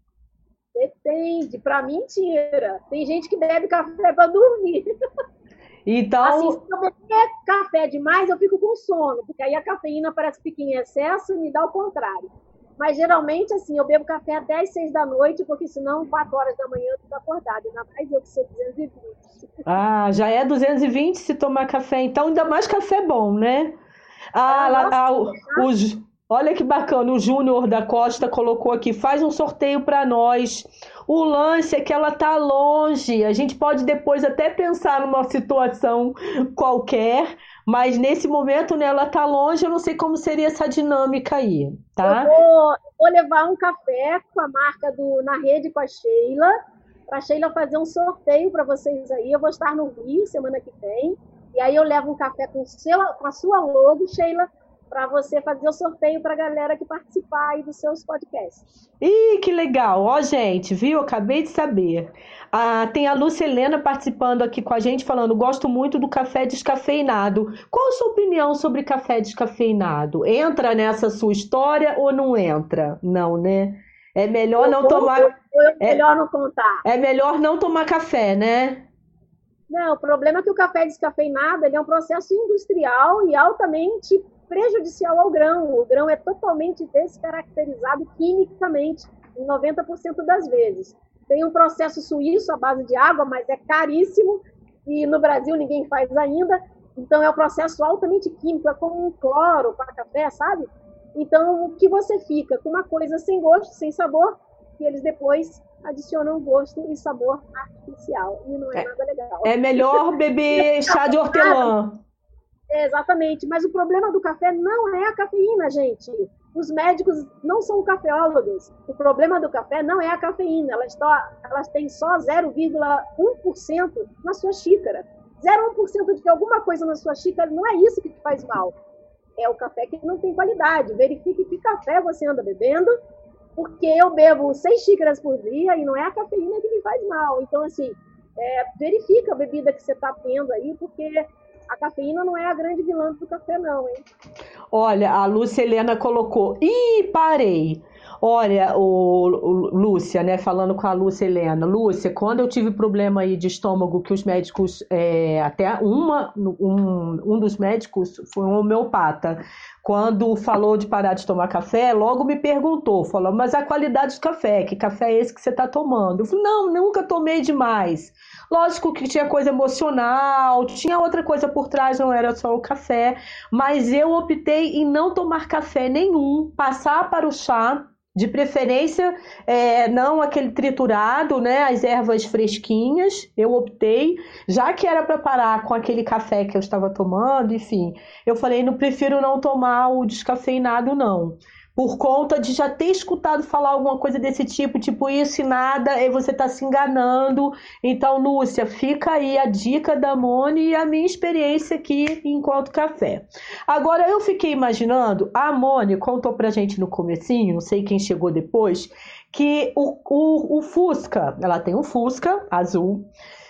Depende. Para mim, tira. Tem gente que bebe café para dormir. Assim, se Então, eu beber café demais, eu fico com sono, porque aí a cafeína parece que fica em excesso e me dá o contrário. Mas geralmente, assim, eu bebo café até as seis da noite, porque senão, quatro horas da manhã, eu fico acordada. Ainda mais eu que sou duzentos e vinte. ah, já é duzentos e vinte se tomar café, então ainda mais café bom, né? Ah, Ah, lá, nossa, ah, o, o Jú- olha que bacana, o Júnior da Costa colocou aqui, faz um sorteio para nós. O lance é que ela tá longe. A gente pode depois até pensar numa situação qualquer, mas nesse momento, né, ela tá longe, eu não sei como seria essa dinâmica aí, eu tá? vou, vou levar um café com a marca do Na Rede com a Sheila, para a Sheila fazer um sorteio para vocês aí. Eu vou estar no Rio semana que vem. E aí eu levo um café com, seu, com a sua logo, Sheila, para você fazer o sorteio para a galera que participar aí dos seus podcasts. Ih, que legal! Ó, gente, viu? Acabei de saber. Ah, tem a Lúcia Helena participando aqui com a gente, falando: gosto muito do café descafeinado. Qual a sua opinião sobre café descafeinado? Entra nessa sua história ou não entra? Não, né? É melhor Eu não vou, tomar. ou é É, melhor não contar? é melhor não tomar café, né? Não, o problema é que o café descafeinado ele é um processo industrial e altamente prejudicial ao grão. O grão é totalmente descaracterizado quimicamente, em noventa por cento das vezes. Tem um processo suíço à base de água, mas é caríssimo e no Brasil ninguém faz ainda. Então é um processo altamente químico, é como um cloro para café, sabe? Então o que você fica com uma coisa sem gosto, sem sabor, e eles depois adicionam gosto e sabor artificial. E não é nada legal. É melhor beber chá de hortelã. É, exatamente. Mas o problema do café não é a cafeína, gente. Os médicos não são cafeólogos. O problema do café não é a cafeína. Elas, to- elas têm só zero vírgula um por cento na sua xícara. zero vírgula um por cento de alguma coisa na sua xícara não é isso que te faz mal. É o café que não tem qualidade. Verifique que café você anda bebendo, porque eu bebo seis xícaras por dia e não é a cafeína que me faz mal. Então, assim, é, verifica a bebida que você está tendo aí, porque a cafeína não é a grande vilã do café, não, hein? Olha, a Lúcia Helena colocou. Ih, parei. Olha, o, o Lúcia, né, falando com a Lúcia Helena. Lúcia, quando eu tive problema aí de estômago, que os médicos, é, até uma, um, um dos médicos foi um homeopata, quando falou de parar de tomar café, logo me perguntou, falou, mas a qualidade do café, que café é esse que você está tomando? Eu falei, não, nunca tomei demais. Lógico que tinha coisa emocional, tinha outra coisa por trás, não era só o café, mas eu optei em não tomar café nenhum, passar para o chá, de preferência, é, não aquele triturado, né? As ervas fresquinhas, eu optei, já que era para parar com aquele café que eu estava tomando, enfim, eu falei, não prefiro não tomar o descafeinado, não. Por conta de já ter escutado falar alguma coisa desse tipo, tipo isso e nada, e você está se enganando. Então, Lúcia, fica aí a dica da Moni e a minha experiência aqui enquanto café. Agora, eu fiquei imaginando, a Moni contou pra gente no comecinho, não sei quem chegou depois, que o, o, o Fusca, ela tem um Fusca azul,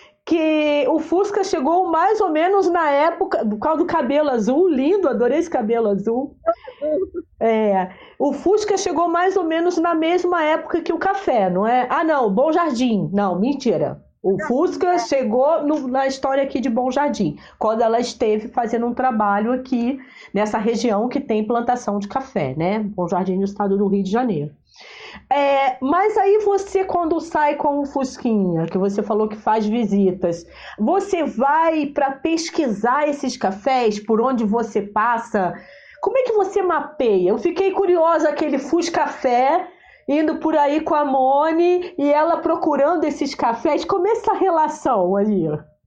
que o Fusca chegou mais ou menos na época, por causa do cabelo azul, lindo, adorei esse cabelo azul. É, o Fusca chegou mais ou menos na mesma época que o café, não é? Ah, não, Bom Jardim. Não, mentira. O Fusca chegou no- na história aqui de Bom Jardim, quando ela esteve fazendo um trabalho aqui nessa região que tem plantação de café, né? Bom Jardim no estado do Rio de Janeiro. É, mas aí você, quando sai com o Fusquinha, que você falou que faz visitas, você vai para pesquisar esses cafés por onde você passa? Como é que você mapeia? Eu fiquei curiosa, aquele Fuscafé, indo por aí com a Moni e ela procurando esses cafés. Como é essa relação ali?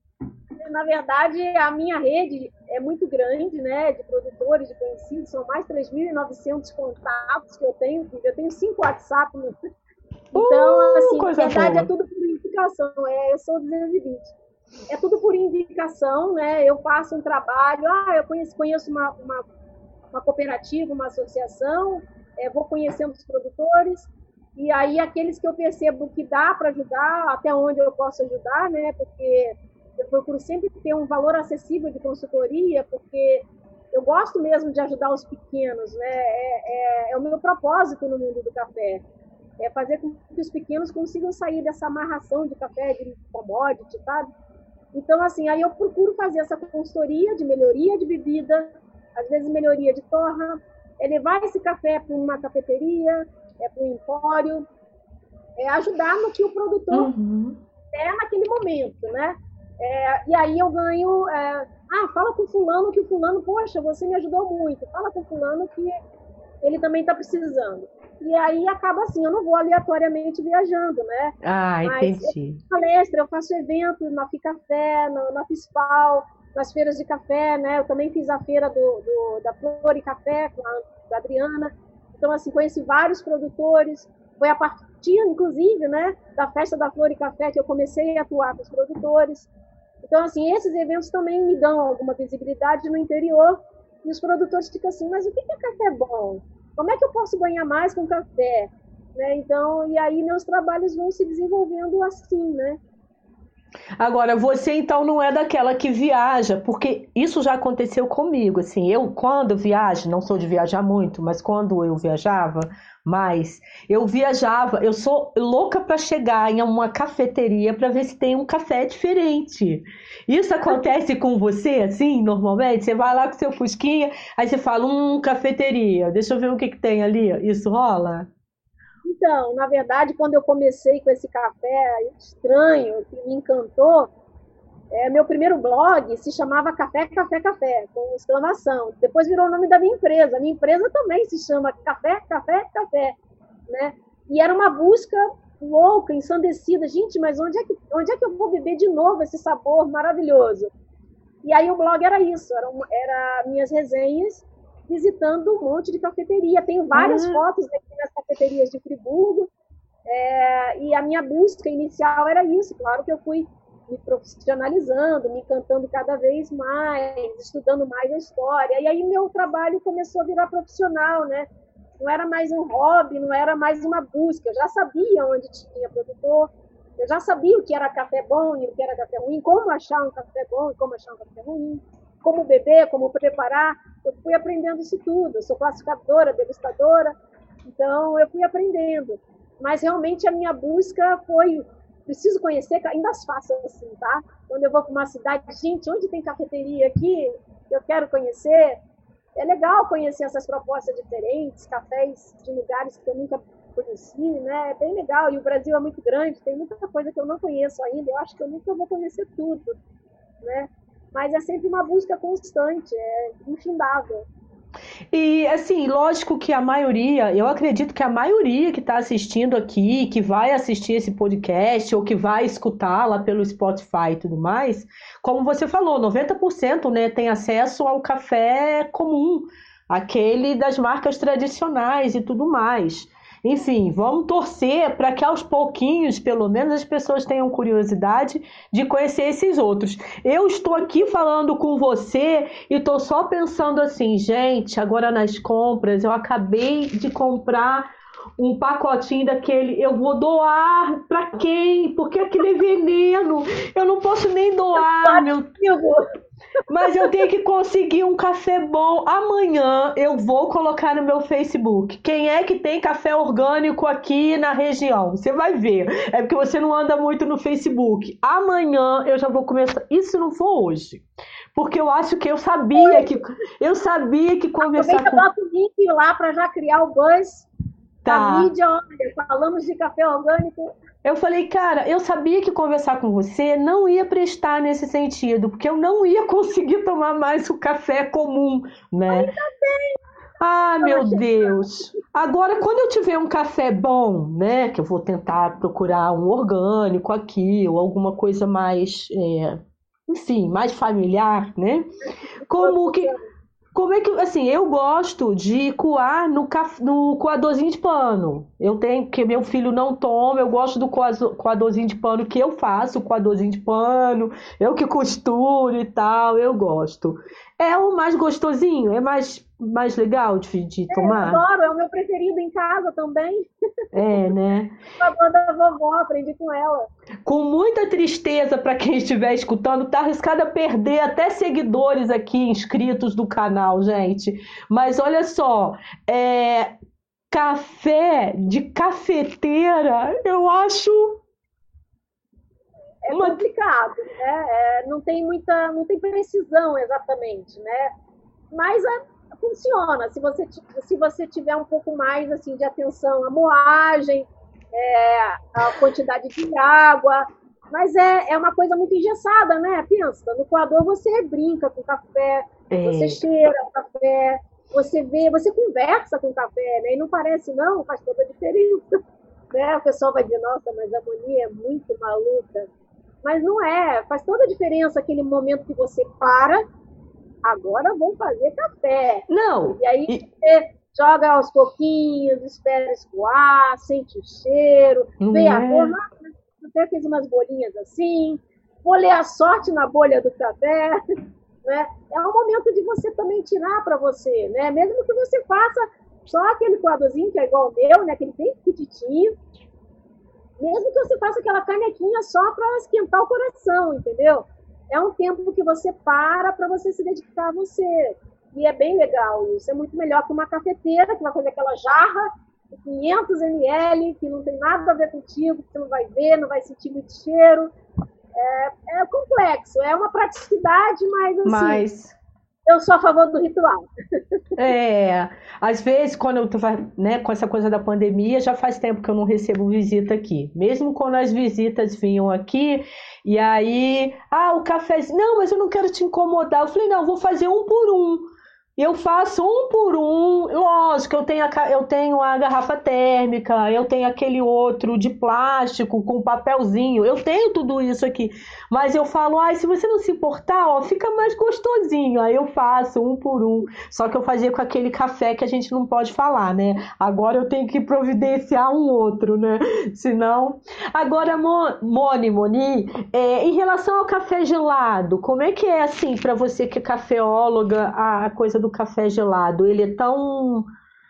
Na verdade, a minha rede é muito grande, né, de produtores, de conhecidos, são mais de três mil e novecentos contatos que eu tenho, eu tenho cinco WhatsApp. No... Então, uh, assim, na verdade, boa. É tudo por indicação, é, eu sou duzentos e vinte. É tudo por indicação, né? Eu faço um trabalho, ah, eu conheço, conheço uma, uma, uma cooperativa, uma associação, é, vou conhecendo os produtores, e aí aqueles que eu percebo que dá para ajudar, até onde eu posso ajudar, né? Porque eu procuro sempre ter um valor acessível de consultoria, porque eu gosto mesmo de ajudar os pequenos, né? É, é, é o meu propósito no mundo do café. É fazer com que os pequenos consigam sair dessa amarração de café, de commodity, sabe? Então, assim, aí eu procuro fazer essa consultoria de melhoria de bebida, às vezes melhoria de torra, é levar esse café para uma cafeteria, é para um empório, é ajudar no que o produtor uhum. é naquele momento, né? É, e aí eu ganho, é, ah, fala com fulano que o fulano, poxa, você me ajudou muito, fala com fulano que ele também está precisando. E aí acaba assim, eu não vou aleatoriamente viajando, né? Ah, entendi. Mas eu faço palestra, eu faço evento na Ficafé, na, na Fispal, nas feiras de café, né? Eu também fiz a feira do, do, da Flor e Café com a, com a Adriana. Então, assim, conheci vários produtores. Foi a partir, inclusive, né, da festa da Flor e Café que eu comecei a atuar com os produtores. Então, assim, esses eventos também me dão alguma visibilidade no interior. E os produtores ficam assim, mas o que é café bom? Como é que eu posso ganhar mais com café? Né? Então, e aí meus trabalhos vão se desenvolvendo assim, né? Agora, você então não é daquela que viaja, porque isso já aconteceu comigo, assim, eu quando viajo, não sou de viajar muito, mas quando eu viajava mais, eu viajava, eu sou louca para chegar em uma cafeteria para ver se tem um café diferente. Isso acontece com você, assim, normalmente? Você vai lá com seu fusquinha, aí você fala, hum, cafeteria, deixa eu ver o que que tem ali, isso rola? Então, na verdade, quando eu comecei com esse café estranho, que me encantou, é, meu primeiro blog se chamava Café, Café, Café, com exclamação. Depois virou o nome da minha empresa. A minha empresa também se chama Café, Café, Café. Né? E era uma busca louca, ensandecida. Gente, mas onde é que, onde é que eu vou beber de novo esse sabor maravilhoso? E aí o blog era isso, eram era minhas resenhas visitando um monte de cafeteria. Tenho várias uhum. fotos aqui nas cafeterias de Friburgo, é, e a minha busca inicial era isso. Claro que eu fui me profissionalizando, me encantando cada vez mais, estudando mais a história, e aí meu trabalho começou a virar profissional, né? Não era mais um hobby, não era mais uma busca, eu já sabia onde tinha produtor, eu já sabia o que era café bom e o que era café ruim, como achar um café bom e como achar um café ruim, como beber, como preparar. Eu fui aprendendo isso tudo. Eu sou classificadora, degustadora, então eu fui aprendendo. Mas realmente a minha busca foi, preciso conhecer, ainda as faço assim, tá? Quando eu vou para uma cidade, gente, onde tem cafeteria aqui? Eu quero conhecer. É legal conhecer essas propostas diferentes, cafés de lugares que eu nunca conheci, né? É bem legal. E o Brasil é muito grande, tem muita coisa que eu não conheço ainda. Eu acho que eu nunca vou conhecer tudo, né? Mas é sempre uma busca constante, é infindável. E, assim, lógico que a maioria, eu acredito que a maioria que está assistindo aqui, que vai assistir esse podcast ou que vai escutar lá pelo Spotify e tudo mais, como você falou, noventa por cento, né, tem acesso ao café comum, aquele das marcas tradicionais e tudo mais. Enfim, vamos torcer para que aos pouquinhos, pelo menos, as pessoas tenham curiosidade de conhecer esses outros. Eu estou aqui falando com você e estou só pensando assim, gente, agora nas compras, eu acabei de comprar um pacotinho daquele, eu vou doar para quem? Porque aquele é veneno, eu não posso nem doar, meu Deus. Mas eu tenho que conseguir um café bom. Amanhã eu vou colocar no meu Facebook. Quem é que tem café orgânico aqui na região? Você vai ver. É porque você não anda muito no Facebook. Amanhã eu já vou começar. E se não for hoje? Porque eu acho que eu sabia que eu sabia que conversar com... Eu boto o link lá para já criar o buzz. Tá. A mídia, olha, falamos de café orgânico. Eu falei, cara, eu sabia que conversar com você não ia prestar nesse sentido, porque eu não ia conseguir tomar mais o café comum, né? Ainda bem. Ah, Então, meu achei Deus. Agora, quando eu tiver um café bom, né, que eu vou tentar procurar um orgânico aqui, ou alguma coisa mais, é, enfim, mais familiar, né? que Como produto que, como é que, assim, eu gosto de coar no, caf- no coadorzinho de pano. Eu tenho, que meu filho não toma, eu gosto do coazo- coadorzinho de pano que eu faço, o coadorzinho de pano, eu que costuro e tal, eu gosto. É o mais gostosinho, é mais, mais legal de, de eu tomar. adoro, é o meu preferido em casa também. É, né? A dor da vovó, aprendi com ela. Com muita tristeza para quem estiver escutando, tá arriscado a perder até seguidores aqui inscritos do canal, gente. Mas olha só, é, café de cafeteira, eu acho É uma. complicado, né? É, não tem muita, não tem precisão exatamente, né? Mas é, funciona. Se você, se você tiver um pouco mais assim de atenção à moagem, é, a quantidade de água, mas é, é uma coisa muito engessada, né? Pensa, no coador você brinca com o café, você É, cheira o café, você vê, você conversa com o café, né? E não parece, não, faz toda a diferença. Né? O pessoal vai dizer, nossa, mas a Moni é muito maluca. Mas não é, faz toda a diferença aquele momento que você para, agora vou fazer café. não, E aí e- você joga aos pouquinhos, espera escoar, sente o cheiro, vê não a cor. é? Nossa, até fiz umas bolinhas assim, vou ler a sorte na bolha do café. Né? É um momento de você também tirar para você, né? Mesmo que você faça só aquele quadrozinho que é igual ao meu, né? Aquele bem petitinho, mesmo que você faça aquela canequinha só para esquentar o coração, entendeu? É um tempo que você para para você se dedicar a você. E é bem legal isso. É muito melhor que uma cafeteira, que vai fazer aquela jarra de quinhentos mililitros, que não tem nada a ver contigo, que você não vai ver, não vai sentir muito cheiro. É, é complexo, é uma praticidade, mas assim, Mas eu sou a favor do ritual. é, às vezes, quando eu tô, né, com essa coisa da pandemia, já faz tempo que eu não recebo visita aqui. Mesmo quando as visitas vinham aqui, e aí, ah, o cafezinho, não, mas eu não quero te incomodar. Eu falei, não, vou fazer um por um. Eu faço um por um, lógico, eu tenho a, ca- eu tenho a garrafa térmica, eu tenho aquele outro de plástico com papelzinho, eu tenho tudo isso aqui. Mas eu falo, ai, se você não se importar, ó, fica mais gostosinho. Aí eu faço um por um. Só que eu fazia com aquele café que a gente não pode falar, né? Agora eu tenho que providenciar um outro, né? Senão. Agora, Mo- Moni, Moni, é, em relação ao café gelado, como é que é assim para você que é cafeóloga, a, a coisa do café gelado? Ele é tão.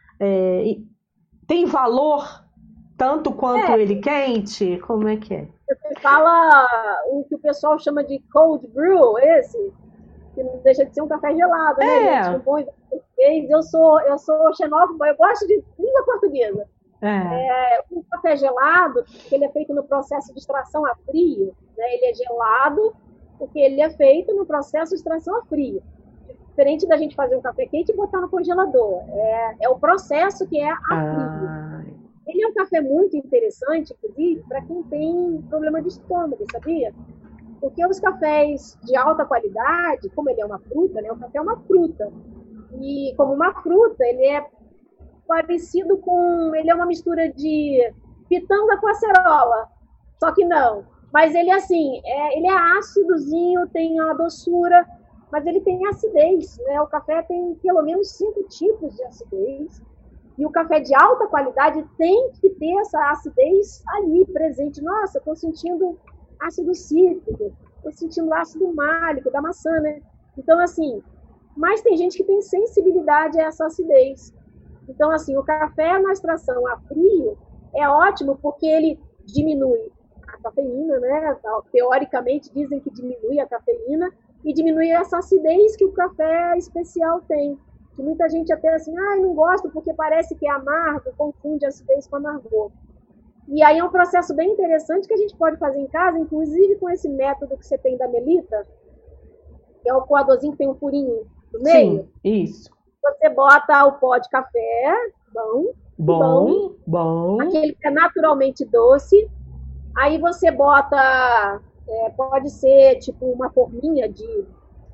é, tem valor tanto quanto É, ele quente? Como é que é? você fala o que o pessoal chama de cold brew, esse, que não deixa de ser um café gelado, né, gente? É, No bom português, eu sou, eu sou xenófoba, eu gosto de língua portuguesa. é. É, o café gelado, que ele é feito no processo de extração a frio, né? Ele é gelado porque ele é feito no processo de extração a frio. Diferente da gente fazer um café quente e botar no congelador. É, é o processo que é a frio. Ah, Ele é um café muito interessante, inclusive, para quem tem problema de estômago, sabia? Porque os cafés de alta qualidade, como ele é uma fruta, né? O café é uma fruta. E como uma fruta, ele é parecido com. Ele é uma mistura de pitanga com acerola. Só que não. Mas ele é assim, é, ele é ácidozinho, tem a doçura, mas ele tem acidez. Né? O café tem pelo menos cinco tipos de acidez. E o café de alta qualidade tem que ter essa acidez ali presente. Nossa, estou sentindo ácido cítrico, estou sentindo ácido málico da maçã, né? Então, assim, mas tem gente que tem sensibilidade a essa acidez. Então, assim, o café na extração a frio é ótimo porque ele diminui a cafeína, né? Teoricamente dizem que diminui a cafeína e diminui essa acidez que o café especial tem. Que muita gente até assim, ah, não gosto porque parece que é amargo, confunde acidez com amargor. E aí é um processo bem interessante que a gente pode fazer em casa, inclusive com esse método que você tem da Melita, que é o coadorzinho que tem um furinho no meio. sim, isso. Você bota o pó de café, bom, bom, Bom, bom. aquele que é naturalmente doce. Aí você bota, é, pode ser tipo uma forminha de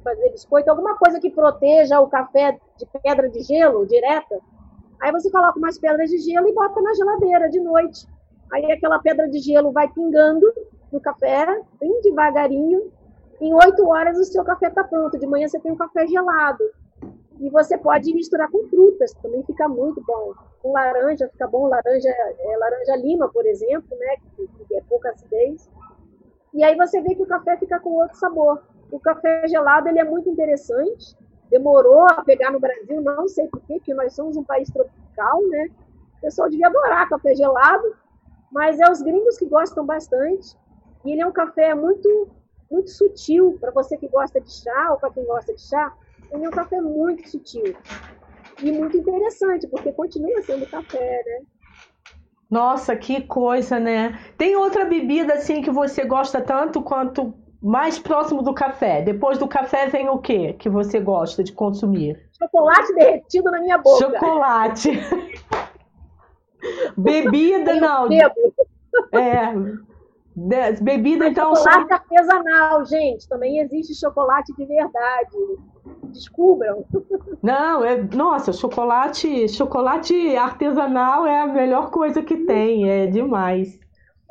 fazer biscoito, alguma coisa que proteja o café de pedra de gelo direta. Aí você coloca umas pedras de gelo e bota na geladeira de noite. Aí aquela pedra de gelo vai pingando no café, bem devagarinho. Em oito horas o seu café está pronto. De manhã você tem um café gelado. E você pode misturar com frutas, também fica muito bom. Com laranja fica bom, laranja, é, laranja lima, por exemplo, né, que, que é pouca acidez. E aí você vê que o café fica com outro sabor. O café gelado ele é muito interessante. Demorou a pegar no Brasil, não sei por quê, porque nós somos um país tropical, né? O pessoal devia adorar café gelado, mas é os gringos que gostam bastante. E ele é um café muito, muito sutil, para você que gosta de chá ou para quem gosta de chá. Ele é um café muito sutil e muito interessante, porque continua sendo café, né? Nossa, que coisa, né? Tem outra bebida assim que você gosta tanto quanto mais próximo do café? Depois do café vem o quê que você gosta de consumir? Chocolate derretido na minha boca. Chocolate. Bebida, Eu não. bebo. É. de- Bebida, Mas então, chocolate só. artesanal, gente. Também existe chocolate de verdade. Descubram. Não, é. Nossa, chocolate, chocolate artesanal é a melhor coisa que tem. É demais.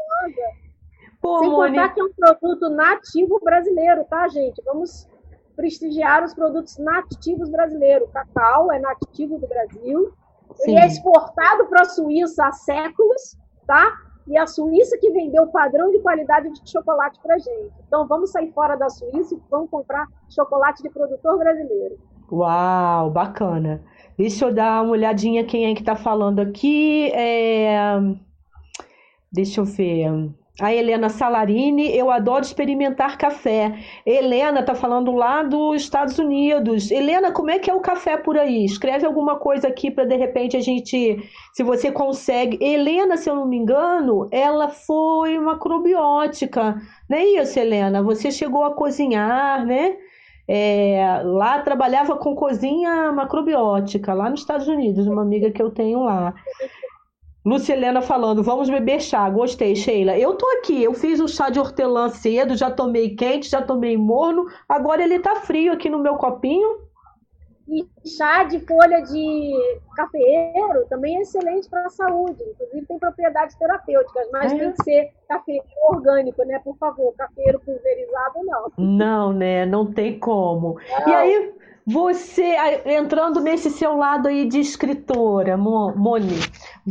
Pô, Sem contar Moni. que é um produto nativo brasileiro, tá, gente? Vamos prestigiar os produtos nativos brasileiros. O cacau é nativo do Brasil. Ele é Sim. exportado para a Suíça há séculos, tá? E a Suíça que vendeu o padrão de qualidade de chocolate para gente. Então vamos sair fora da Suíça e vamos comprar chocolate de produtor brasileiro. Uau, bacana. Deixa eu dar uma olhadinha quem é que tá falando aqui. É, Deixa eu ver. A Helena Salarini, eu adoro experimentar café. Helena tá falando lá dos Estados Unidos. Helena, como é que é o café por aí? Escreve alguma coisa aqui para de repente a gente, se você consegue. Helena, se eu não me engano, ela foi macrobiótica, não é isso, Helena? Você chegou a cozinhar, né? É, lá trabalhava com cozinha macrobiótica, lá nos Estados Unidos, uma amiga que eu tenho lá. Lucilena falando, vamos beber chá. Gostei, Sheila. Eu tô aqui, eu fiz o chá de hortelã cedo, já tomei quente, já tomei morno, agora ele tá frio aqui no meu copinho. E chá de folha de cafeeiro também é excelente para a saúde. Inclusive tem propriedades terapêuticas, mas tem É? que ser cafeeiro orgânico, né? Por favor, cafeeiro pulverizado não. Não, né? Não tem como. E Não. aí, você, aí, entrando nesse seu lado aí de escritora, Mo- Moni,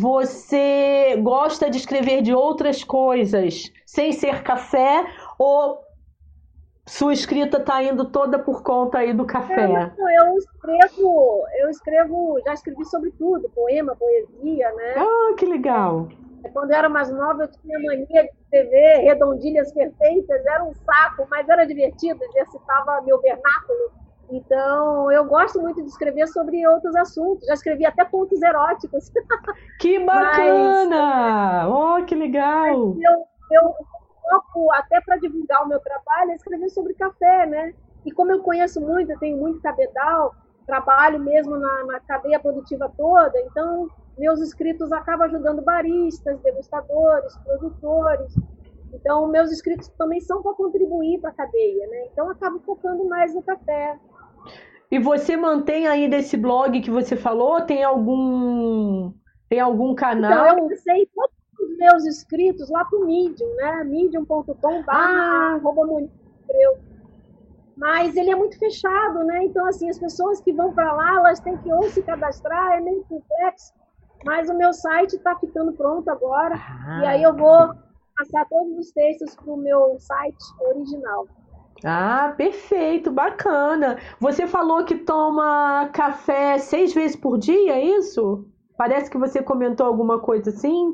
você gosta de escrever de outras coisas, sem ser café, ou sua escrita tá indo toda por conta aí do É, café? não, eu escrevo, eu escrevo, já escrevi sobre tudo, poema, poesia, né? Ah, que legal. Quando eu era mais nova, eu tinha mania de escrever redondilhas perfeitas, era um saco, mas era divertido, exercitava meu vernáculo. Então, eu gosto muito de escrever sobre outros assuntos. Já escrevi até contos eróticos, Que mas bacana! Oh, que mas legal! eu, eu foco até para divulgar o meu trabalho é escrever sobre café, né? E como eu conheço muito, eu tenho muito cabedal, trabalho mesmo na, na cadeia produtiva toda, então meus escritos acabam ajudando baristas, degustadores, produtores. Então, meus escritos também são para contribuir para a cadeia, né? Então, eu acabo focando mais no café. E você mantém ainda esse blog que você falou? Tem algum, tem algum Então, eu canal? lancei todos os meus inscritos lá para o Medium, né? medium ponto com barra Ah, arroba Monique Abreu. Mas ele é muito fechado, né? Então, assim, as pessoas que vão para lá, elas têm que ou se cadastrar, é meio complexo. Mas o meu site está ficando pronto agora. E aí ah, eu vou passar todos os textos para o meu site original. ah, perfeito, bacana. Você falou que toma café seis vezes por dia, é isso? Parece que você comentou alguma coisa assim?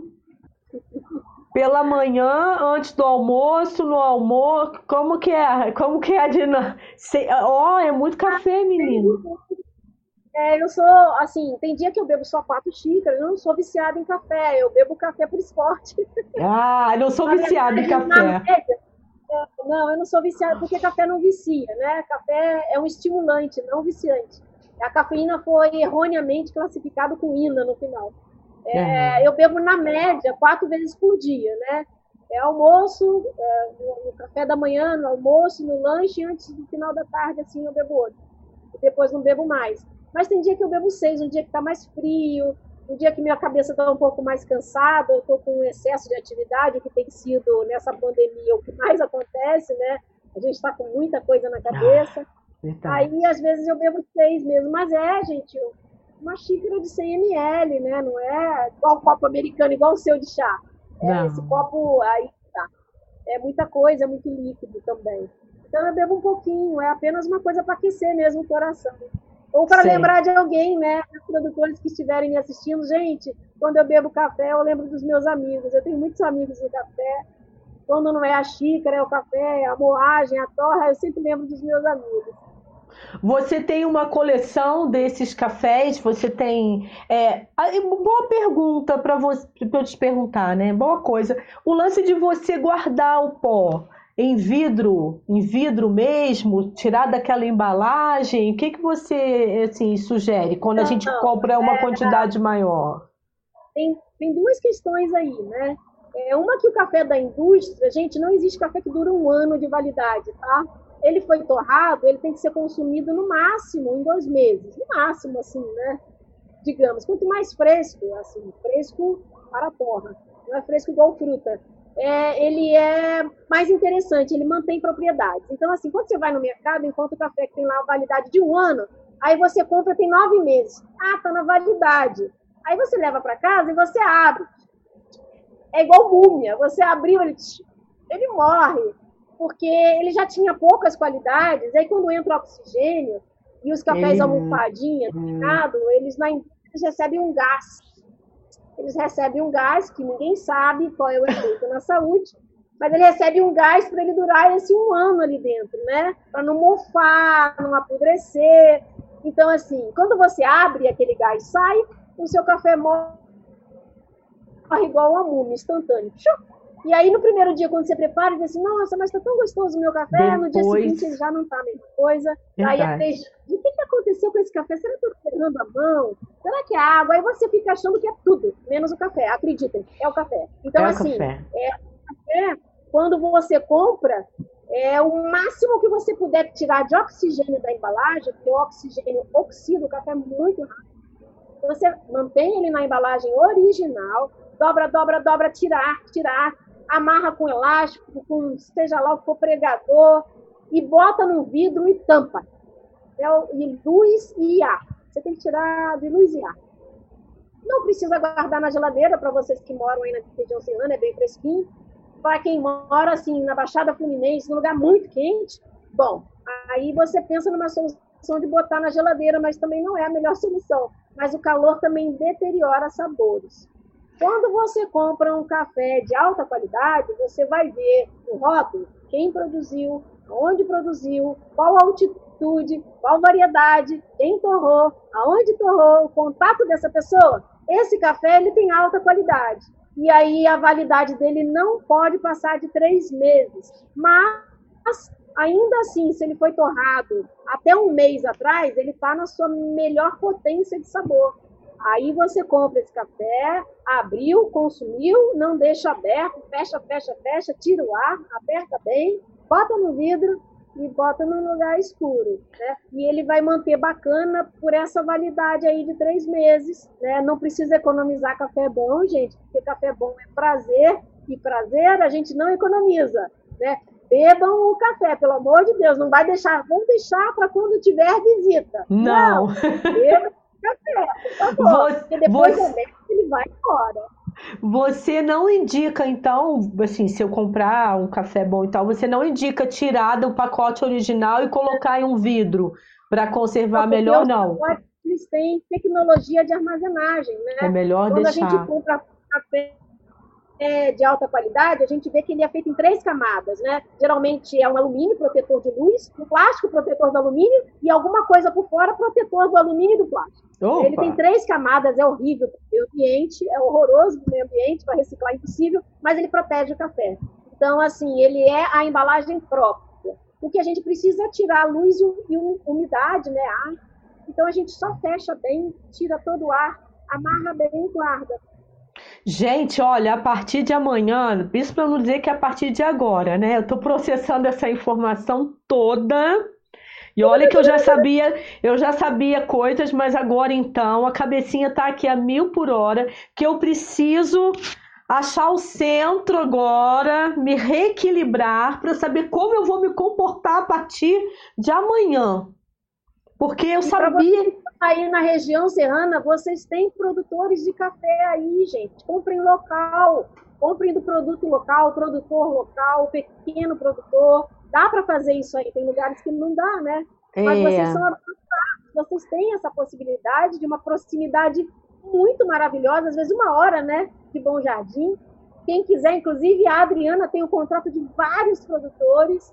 Pela manhã, antes do almoço, no almoço, como que é? Como que é a dinâmica? Ó, é muito café, menino. É, eu sou, assim, tem dia que eu bebo só quatro xícaras, eu não sou viciada em café, eu bebo café por esporte. Ah, não sou Na viciada em verdade, na café. média, é, não, eu não sou viciada, porque café não vicia, né? Café é um estimulante, não viciante. A cafeína foi erroneamente classificada com ina no final. É, Aham. eu bebo, na média, quatro vezes por dia, né? É almoço, é, no, no café da manhã, no almoço, no lanche, antes do final da tarde, assim, eu bebo outro. E depois não bebo mais. Mas tem dia que eu bebo seis, um dia que está mais frio, um dia que minha cabeça está um pouco mais cansada, eu estou com um excesso de atividade, o que tem sido, nessa pandemia, o que mais acontece, né? A gente está com muita coisa na cabeça. Ah, aí, às vezes, eu bebo seis mesmo. Mas é, gente, uma xícara de cem mililitros, né? Não é igual o copo americano, igual o seu de chá. É, esse copo aí, tá. É muita coisa, é muito líquido também. Então, eu bebo um pouquinho. É apenas uma coisa para aquecer mesmo o coração. Ou para lembrar de alguém, né? Os produtores que estiverem me assistindo. Gente, quando eu bebo café, eu lembro dos meus amigos. Eu tenho muitos amigos no café. Quando não é a xícara, é o café, a moagem, a torra, eu sempre lembro dos meus amigos. Você tem uma coleção desses cafés? Você tem... É, boa pergunta para você, para eu te perguntar, né? Boa coisa. O lance de você guardar o pó em vidro, em vidro mesmo, tirar daquela embalagem, o que, que você assim, sugere quando a gente compra uma quantidade maior? Tem, tem duas questões aí, né? É uma que o café da indústria, gente, não existe café que dura um ano de validade, tá? Ele foi torrado, ele tem que ser consumido no máximo em dois meses, no máximo, assim, né? Digamos, quanto mais fresco, assim, fresco para a torra, não é fresco igual fruta. É, ele é mais interessante, ele mantém propriedades. Então, assim, quando você vai no mercado, enquanto o café que tem lá a validade de um ano, aí você compra, tem nove meses. Ah, tá na validade. Aí você leva para casa e você abre. É igual múmia, você abriu, ele, ele morre, porque ele já tinha poucas qualidades, aí quando entra o oxigênio, e os cafés almofadinhas, hum. eles na indústria recebem um gás. Eles recebem um gás que ninguém sabe qual é o efeito na saúde, mas ele recebe um gás para ele durar esse um ano ali dentro, né? Para não mofar, não apodrecer. Então, assim, quando você abre aquele gás sai, o seu café morre igual uma múmia, instantâneo. E aí, no primeiro dia, quando você prepara, diz assim, nossa, mas tá tão gostoso o meu café, depois... no dia seguinte ele já não tá a mesma coisa. Aí, até, o que, que aconteceu com esse café? Será que eu tô pegando a mão? Será que é água? Aí você fica achando que é tudo, menos o café. Acreditem, é o café. Então, é assim, café. É, é, quando você compra, é o máximo que você puder tirar de oxigênio da embalagem, porque o oxigênio oxida o café muito rápido. Você mantém ele na embalagem original, dobra, dobra, dobra, tirar, tirar, amarra com elástico, com seja lá o que for pregador, e bota no vidro e tampa. É, e luz e ar. Você tem que tirar de luz e ar. Não precisa guardar na geladeira, para vocês que moram aí na região serrana, é bem fresquinho. Para quem mora assim na Baixada Fluminense, num lugar muito quente, bom, aí você pensa numa solução de botar na geladeira, mas também não é a melhor solução. Mas o calor também deteriora sabores. Quando você compra um café de alta qualidade, você vai ver no rótulo quem produziu, onde produziu, qual altitude, qual variedade, quem torrou, aonde torrou, o contato dessa pessoa. Esse café ele tem alta qualidade. E aí a validade dele não pode passar de três meses. Mas, ainda assim, se ele foi torrado até um mês atrás, ele está na sua melhor potência de sabor. Aí você compra esse café, abriu, consumiu, não deixa aberto, fecha, fecha, fecha, tira o ar, aperta bem, bota no vidro e bota num lugar escuro, né? E ele vai manter bacana por essa validade aí de três meses, né? Não precisa economizar café bom, gente, porque café bom é prazer, e prazer a gente não economiza, né? Bebam o café, pelo amor de Deus, não vai deixar, vamos deixar para quando tiver visita. Não. Não, beba café, por favor, você, porque depois você... ele vai embora. Você não indica, então, assim, se eu comprar um café bom e tal, você não indica tirar do pacote original e colocar em um vidro para conservar não, melhor, não? Pacotes, eles têm tecnologia de armazenagem, né? É melhor Quando deixar. Quando a gente compra café de alta qualidade, a gente vê que ele é feito em três camadas, né? Geralmente é um alumínio protetor de luz, um plástico protetor do alumínio e alguma coisa por fora protetor do alumínio e do plástico. Opa. Ele tem três camadas, é horrível para o meio ambiente, é horroroso para o meio ambiente, para reciclar é impossível, mas ele protege o café. Então, assim, ele é a embalagem própria. O que a gente precisa é tirar a luz e umidade, né? Ar. Então, a gente só fecha bem, tira todo o ar, amarra bem e guarda. Gente, olha, a partir de amanhã, isso para não dizer que é a partir de agora, né? Eu tô processando essa informação toda. E olha que eu já sabia, eu já sabia coisas, mas agora então a cabecinha tá aqui a mil por hora, que eu preciso achar o centro agora, me reequilibrar para saber como eu vou me comportar a partir de amanhã. Porque eu E para vocês sabia. que estão aí na região serrana, vocês têm produtores de café aí, gente. Comprem local, comprem do produto local, produtor local, pequeno produtor. Dá para fazer isso aí. Tem lugares que não dá, né? Mas vocês É. são avançados, vocês têm essa possibilidade de uma proximidade muito maravilhosa, às vezes uma hora, né, de Bom Jardim. Quem quiser, inclusive, a Adriana tem o contrato de vários produtores,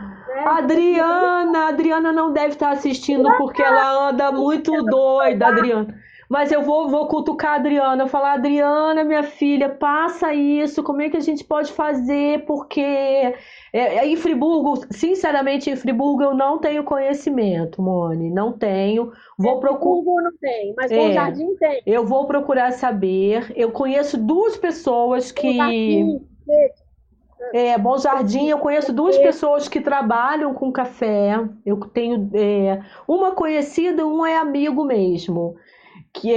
A né? Adriana, a Adriana não deve estar assistindo porque ela anda muito doida, Adriana. Mas eu vou, vou cutucar a Adriana, falar, Adriana, minha filha, passa isso, como é que a gente pode fazer? Porque é, é, em Friburgo, sinceramente, em Friburgo eu não tenho conhecimento, Mone, não tenho. Vou procurar. Friburgo não tem, mas Bom É, Jardim tem. eu vou procurar saber. Eu conheço duas pessoas Bom que Jardim, Verde, é, Bom Jardim, eu conheço duas Verde. pessoas que trabalham com café. Eu tenho é, uma conhecida, um é amigo mesmo, que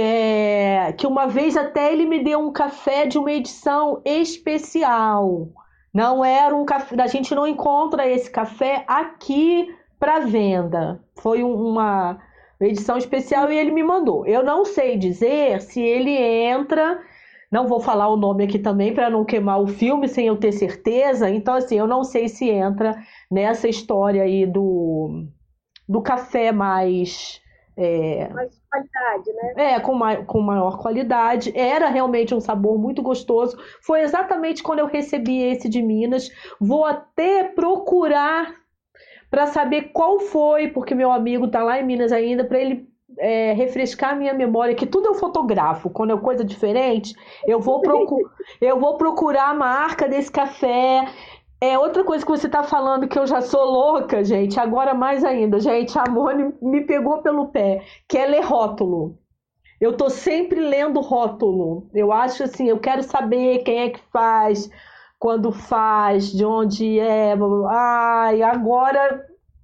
é que uma vez até ele me deu um café de uma edição especial. Não era um café, a gente não encontra esse café aqui para venda. Foi um- uma edição especial e ele me mandou. Eu não sei dizer se ele entra. Não vou falar o nome aqui também para não queimar o filme sem eu ter certeza. Então, assim, eu não sei se entra nessa história aí do, do café mais. É, Mais de qualidade, né? é, com, mai- com maior qualidade. Era realmente um sabor muito gostoso. Foi exatamente quando eu recebi esse de Minas. Vou até procurar para saber qual foi, porque meu amigo tá lá em Minas ainda, para ele é, refrescar a minha memória, que tudo eu fotografo. Quando é coisa diferente, eu vou, procu eu vou procurar a marca desse café. É outra coisa que você tá falando que eu já sou louca, gente. Agora mais ainda, gente. A Mone me pegou pelo pé, que é ler rótulo. Eu tô sempre lendo rótulo. Eu acho assim, eu quero saber quem é que faz, quando faz, de onde é. Blá, blá, blá. Ai, agora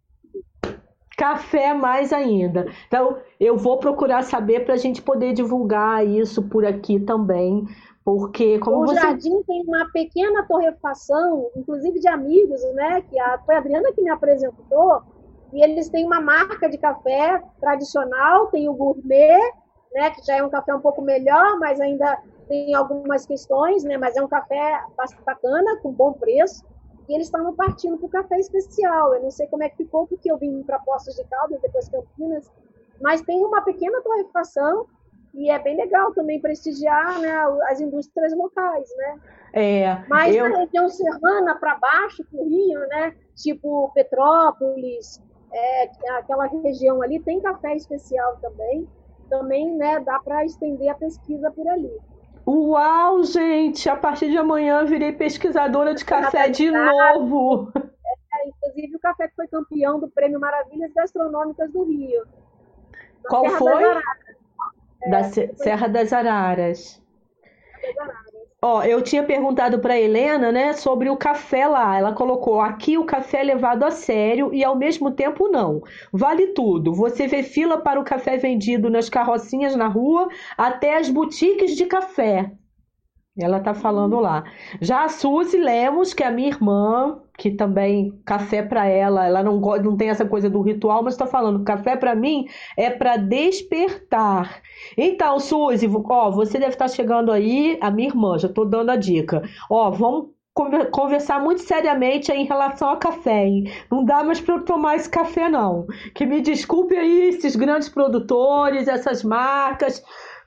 café mais ainda. Então, eu vou procurar saber para a gente poder divulgar isso por aqui também, porque como Bom você. Jardim tem uma pequena torrefação, inclusive de amigos, né? Que a, foi a Adriana que me apresentou. E eles têm uma marca de café tradicional, tem o gourmet, né? Que já é um café um pouco melhor, mas ainda tem algumas questões, né? Mas é um café bastante bacana, com bom preço. E eles estavam partindo para o café especial. Eu não sei como é que ficou, porque eu vim para Poços de Caldas, depois Campinas. Mas tem uma pequena torrefação e é bem legal também prestigiar, né, as indústrias locais, né? É, Mas eu. na região serrana para baixo, para o Rio, né, tipo Petrópolis, é, aquela região ali tem café especial também. Também, né, dá para estender a pesquisa por ali. Uau, gente! A partir de amanhã eu virei pesquisadora de café de novo. É, inclusive o café que foi campeão do Prêmio Maravilhas Gastronômicas do Rio, na Qual Serra das foi? Araras. Da É, Se- foi Serra das Araras. das Araras. Ó, eu tinha perguntado para Helena, né, sobre o café lá. Ela colocou aqui o café é levado a sério e ao mesmo tempo não. Vale tudo. Você vê fila para o café vendido nas carrocinhas na rua até as boutiques de café. Ela tá falando lá. Já a Suzy Lemos, que é a minha irmã, que também café para ela, ela não, go- não tem essa coisa do ritual, mas tá falando, café para mim é para despertar. Então, Suzy, ó, você deve estar chegando aí, a minha irmã, já tô dando a dica. Ó, vamos conver- conversar muito seriamente aí em relação a café, hein? Não dá mais para eu tomar esse café, não. Que me desculpe aí esses grandes produtores, essas marcas.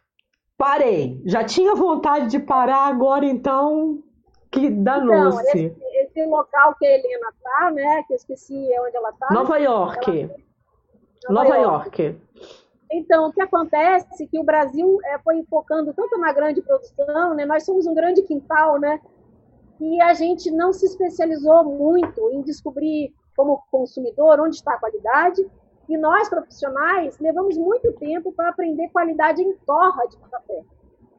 Parei. Já tinha vontade de parar, agora então que Então, esse, danou-se. esse local que a Helena tá, né, que eu esqueci onde ela tá, Nova York. ela em Nova Nova York. York. Então, o que acontece é que o Brasil é, foi focando tanto na grande produção, né, nós somos um grande quintal, né, e a gente não se especializou muito em descobrir, como consumidor, onde está a qualidade, e nós, profissionais, levamos muito tempo para aprender qualidade em torra de café.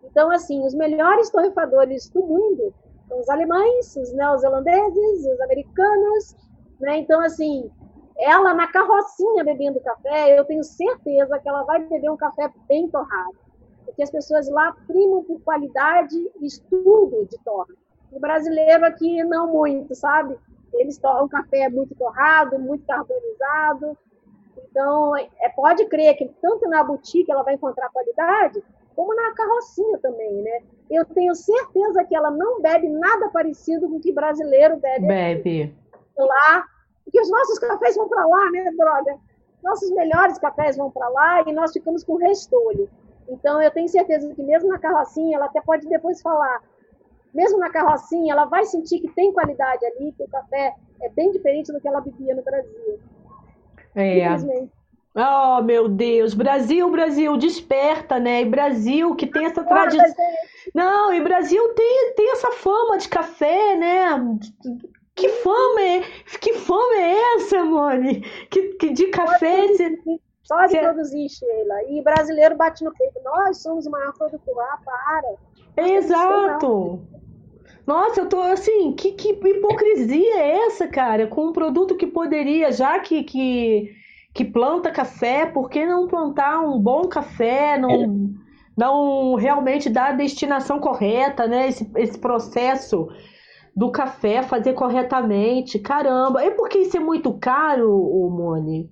Então, assim, os melhores torrefadores do mundo são os alemães, os neozelandeses, os americanos, né? Então, assim, ela na carrocinha bebendo café, eu tenho certeza que ela vai beber um café bem torrado. Porque as pessoas lá primam por qualidade e estudo de torra. O brasileiro aqui não muito, sabe? Eles torram café muito torrado, muito carbonizado. Então, é, pode crer que tanto na boutique ela vai encontrar qualidade, como na carrocinha também, né? Eu tenho certeza que ela não bebe nada parecido com o que brasileiro bebe. Bebe. Lá, porque os nossos cafés vão para lá, né, droga? Nossos melhores cafés vão para lá e nós ficamos com restolho. Então, eu tenho certeza que mesmo na carrocinha, ela até pode depois falar, mesmo na carrocinha, ela vai sentir que tem qualidade ali, que o café é bem diferente do que ela bebia no Brasil. É. Infelizmente. Oh, meu Deus, Brasil, Brasil, desperta, né? E Brasil que tem essa tradição. Não, e Brasil tem, tem essa fama de café, né? Que fama é, que fama é essa, Mone? Que, que de café. Só de produzir, Sheila. E brasileiro bate no peito. Nós somos o maior produtor. Ah, para. Exato. Nossa, eu tô assim, que, que hipocrisia é essa, cara? Com um produto que poderia, já que, que, que planta café, por que não plantar um bom café, não, não realmente dar a destinação correta, né? Esse, esse processo do café, fazer corretamente. Caramba, é porque isso é muito caro, ô Mone?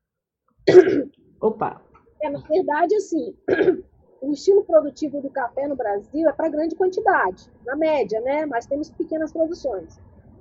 Opa. É, na verdade, assim, o estilo produtivo do café no Brasil é para grande quantidade, na média, né? Mas temos pequenas produções.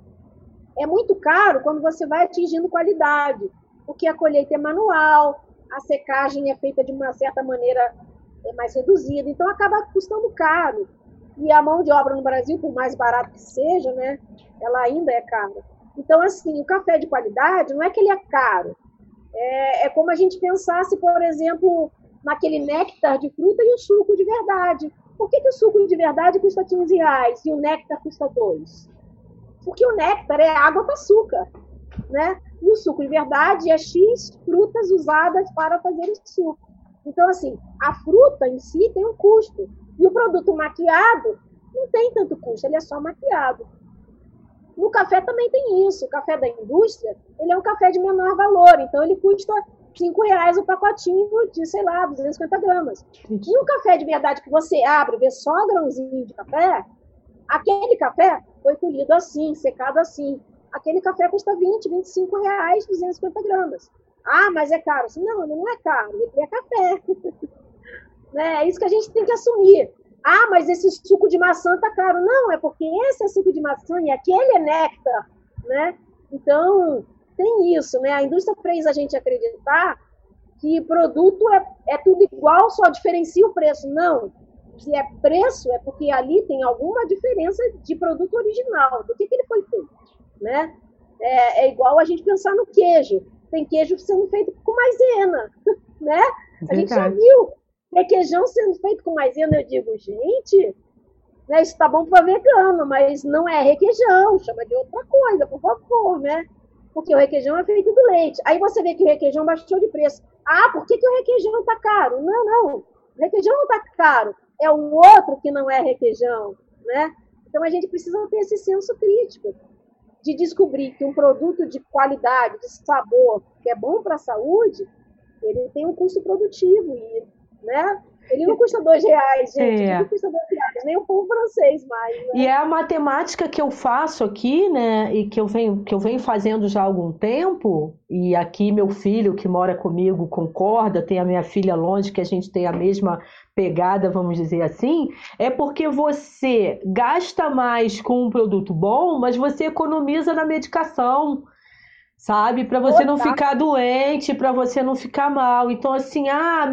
É muito caro quando você vai atingindo qualidade, porque a colheita é manual, a secagem é feita de uma certa maneira é mais reduzida, então acaba custando caro. E a mão de obra no Brasil, por mais barato que seja, né, ela ainda é cara. Então, assim, o café de qualidade não é que ele é caro, é, é como a gente pensasse, por exemplo, naquele néctar de fruta e o suco de verdade. Por que, que o suco de verdade custa quinze reais e o néctar custa dois? Porque o néctar é água com açúcar, né? E o suco de verdade é X frutas usadas para fazer o suco. Então, assim, a fruta em si tem um custo. E o produto maquiado não tem tanto custo, ele é só maquiado. No café também tem isso. O café da indústria, ele é um café de menor valor. Então, ele custa cinco reais o pacotinho de, sei lá, duzentas e cinquenta gramas. E o café de verdade que você abre, vê só grãozinho de café, aquele café foi colhido assim, secado assim. Aquele café custa vinte, vinte e cinco reais, duzentas e cinquenta gramas. Ah, mas é caro. Não, não é caro, ele é café. Né? É isso que a gente tem que assumir. Ah, mas esse suco de maçã tá caro. Não, é porque esse é suco de maçã e aquele é néctar, né? Então, tem isso, né? A indústria fez a gente acreditar que produto é, é tudo igual, só diferencia o preço. Não. Se é preço, é porque ali tem alguma diferença de produto original, do que, que ele foi feito, né? É, é igual a gente pensar no queijo. Tem queijo sendo feito com maisena, né? A gente já viu requeijão sendo feito com maisena. Eu digo, gente, né, isso tá bom para vegano, mas não é requeijão, chama de outra coisa, por favor, né? Porque o requeijão é feito do leite. Aí você vê que o requeijão baixou de preço. Ah, por que, que o requeijão tá caro? Não, não, o requeijão não tá caro. É o outro que não é requeijão, né? Então a gente precisa ter esse senso crítico de descobrir que um produto de qualidade, de sabor, que é bom para a saúde, ele tem um custo produtivo, e, né? Ele não custa dois reais, gente. É. Ele não custa dois reais, nem o pão francês mais. Né? E é a matemática que eu faço aqui, né? E que eu venho, que eu venho fazendo já há algum tempo. E aqui meu filho, que mora comigo, concorda. Tem a minha filha longe, que a gente tem a mesma pegada, vamos dizer assim. É porque você gasta mais com um produto bom, mas você economiza na medicação. Sabe? Para você não ficar doente, para você não ficar mal. Então, assim, ah,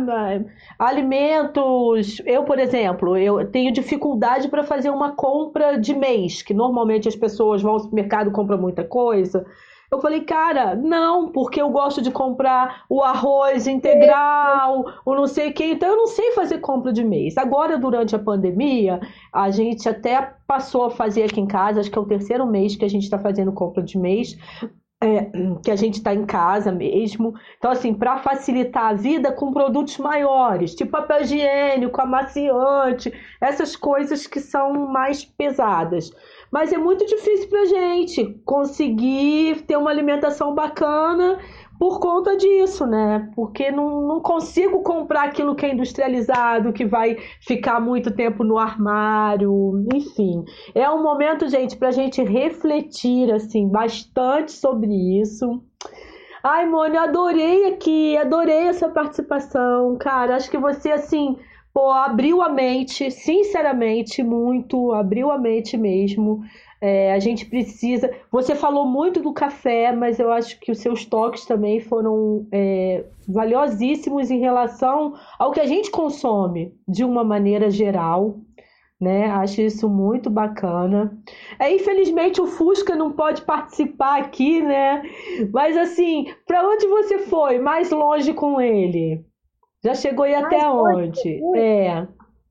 alimentos... Eu, por exemplo, eu tenho dificuldade para fazer uma compra de mês, que normalmente as pessoas vão ao supermercado e compram muita coisa. Eu falei, cara, não, porque eu gosto de comprar o arroz integral, o não sei o quê. Então, eu não sei fazer compra de mês. Agora, durante a pandemia, a gente até passou a fazer aqui em casa, acho que é o terceiro mês que a gente está fazendo compra de mês. é, que a gente está em casa mesmo. Então, assim, para facilitar a vida com produtos maiores, tipo papel higiênico, amaciante, essas coisas que são mais pesadas. Mas é muito difícil para a gente conseguir ter uma alimentação bacana por conta disso, né? Porque não, não consigo comprar aquilo que é industrializado, que vai ficar muito tempo no armário, enfim. É um momento, gente, para a gente refletir assim bastante sobre isso. Ai, Mônica, adorei aqui, adorei essa participação, cara. Acho que você, assim, pô, abriu a mente, sinceramente, muito, abriu a mente mesmo. É, a gente precisa. Você falou muito do café, mas eu acho que os seus toques também foram é, valiosíssimos em relação ao que a gente consome de uma maneira geral, né? Acho isso muito bacana. É, infelizmente o Fusca não pode participar aqui, né? Mas assim, para onde você foi mais longe com ele? Já chegou aí Mas até hoje eu onde? fui, É.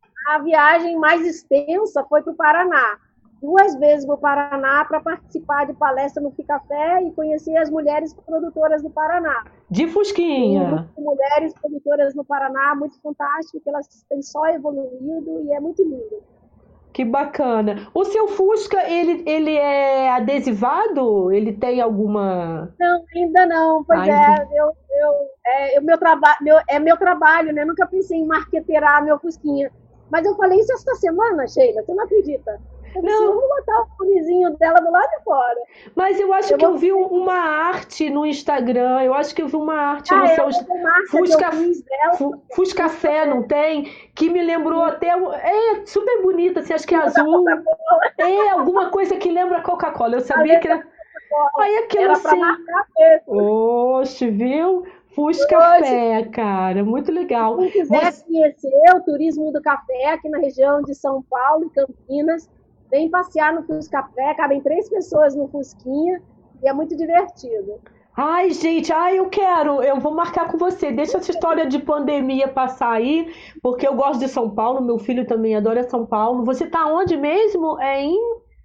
a viagem mais extensa foi para o Paraná. Duas vezes para o Paraná para participar de palestra no Ficafé e conhecer as mulheres produtoras do Paraná. De Tem um grupo Fusquinha. de mulheres produtoras no Paraná muito fantástico, que elas têm só evoluído e é muito lindo. Que bacana. O seu Fusca, ele, ele é adesivado? Ele tem alguma. Não, ainda não. Pois Ainda. é, eu, eu, é, eu, meu traba meu, é meu trabalho, né? Nunca pensei em marqueteirar meu Fusquinha. Mas eu falei isso esta semana, Sheila, você não acredita? Eu disse, eu Não, vou botar o fonezinho dela do lado de fora. mas eu acho Eu que eu vou... vi uma arte no Instagram. Eu acho que eu vi uma arte no Ah, é seu uma marca que eu Fusca, fiz dela. Fu- Fuscafé, não tem? Que me lembrou Sim, até. É super bonita, assim, acho que é da azul. Coca-Cola. É alguma coisa que lembra Coca-Cola. Eu A sabia que letra era. da Coca-Cola. Aí aquilo Era para assim. marcar mesmo. Oxe, viu? Hoje, Fuscafé, cara, muito legal. quem quiser Você. conhecer o turismo do café aqui na região de São Paulo e Campinas, vem passear no Fuscafé, cabem três pessoas no Fusquinha e é muito divertido. Ai, gente, ai, eu quero, eu vou marcar com você. Deixa essa história de pandemia passar aí, porque eu gosto de São Paulo, meu filho também adora São Paulo. Você tá onde mesmo? É em,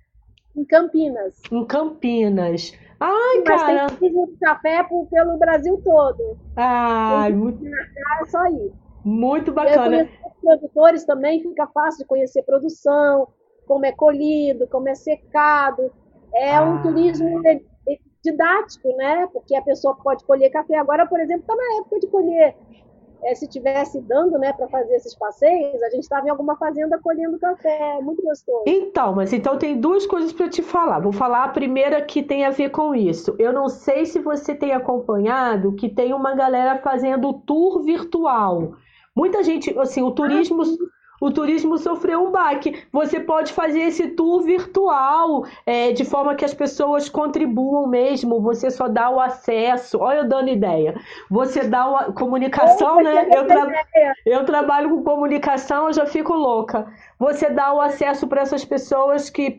Em Campinas. em Campinas. Ai, Mas tem cara, turismo do café por- pelo Brasil todo. Quem ai, quiser muito, marcar é só ir. muito E aí bacana. conhecer os produtores também, fica fácil de conhecer produção, como é colhido, como é secado. É um turismo Ai. didático, né? Porque a pessoa pode colher café. Agora, por exemplo, está na época de colher. É, se tivesse dando, né, para fazer esses passeios, a gente estava em alguma fazenda colhendo café. É muito gostoso. Então, mas então tem duas coisas para te falar. Vou falar a primeira que tem a ver com isso. Eu não sei se você tem acompanhado que tem uma galera fazendo tour virtual. Muita gente, assim, o Ah, turismo, o turismo sofreu um baque. Você pode fazer esse tour virtual, é, de forma que as pessoas contribuam mesmo. Você só dá o acesso. Olha, eu dando ideia. Você dá a comunicação, né? Eu, tra eu trabalho com comunicação, eu já fico louca. Você dá o acesso para essas pessoas que,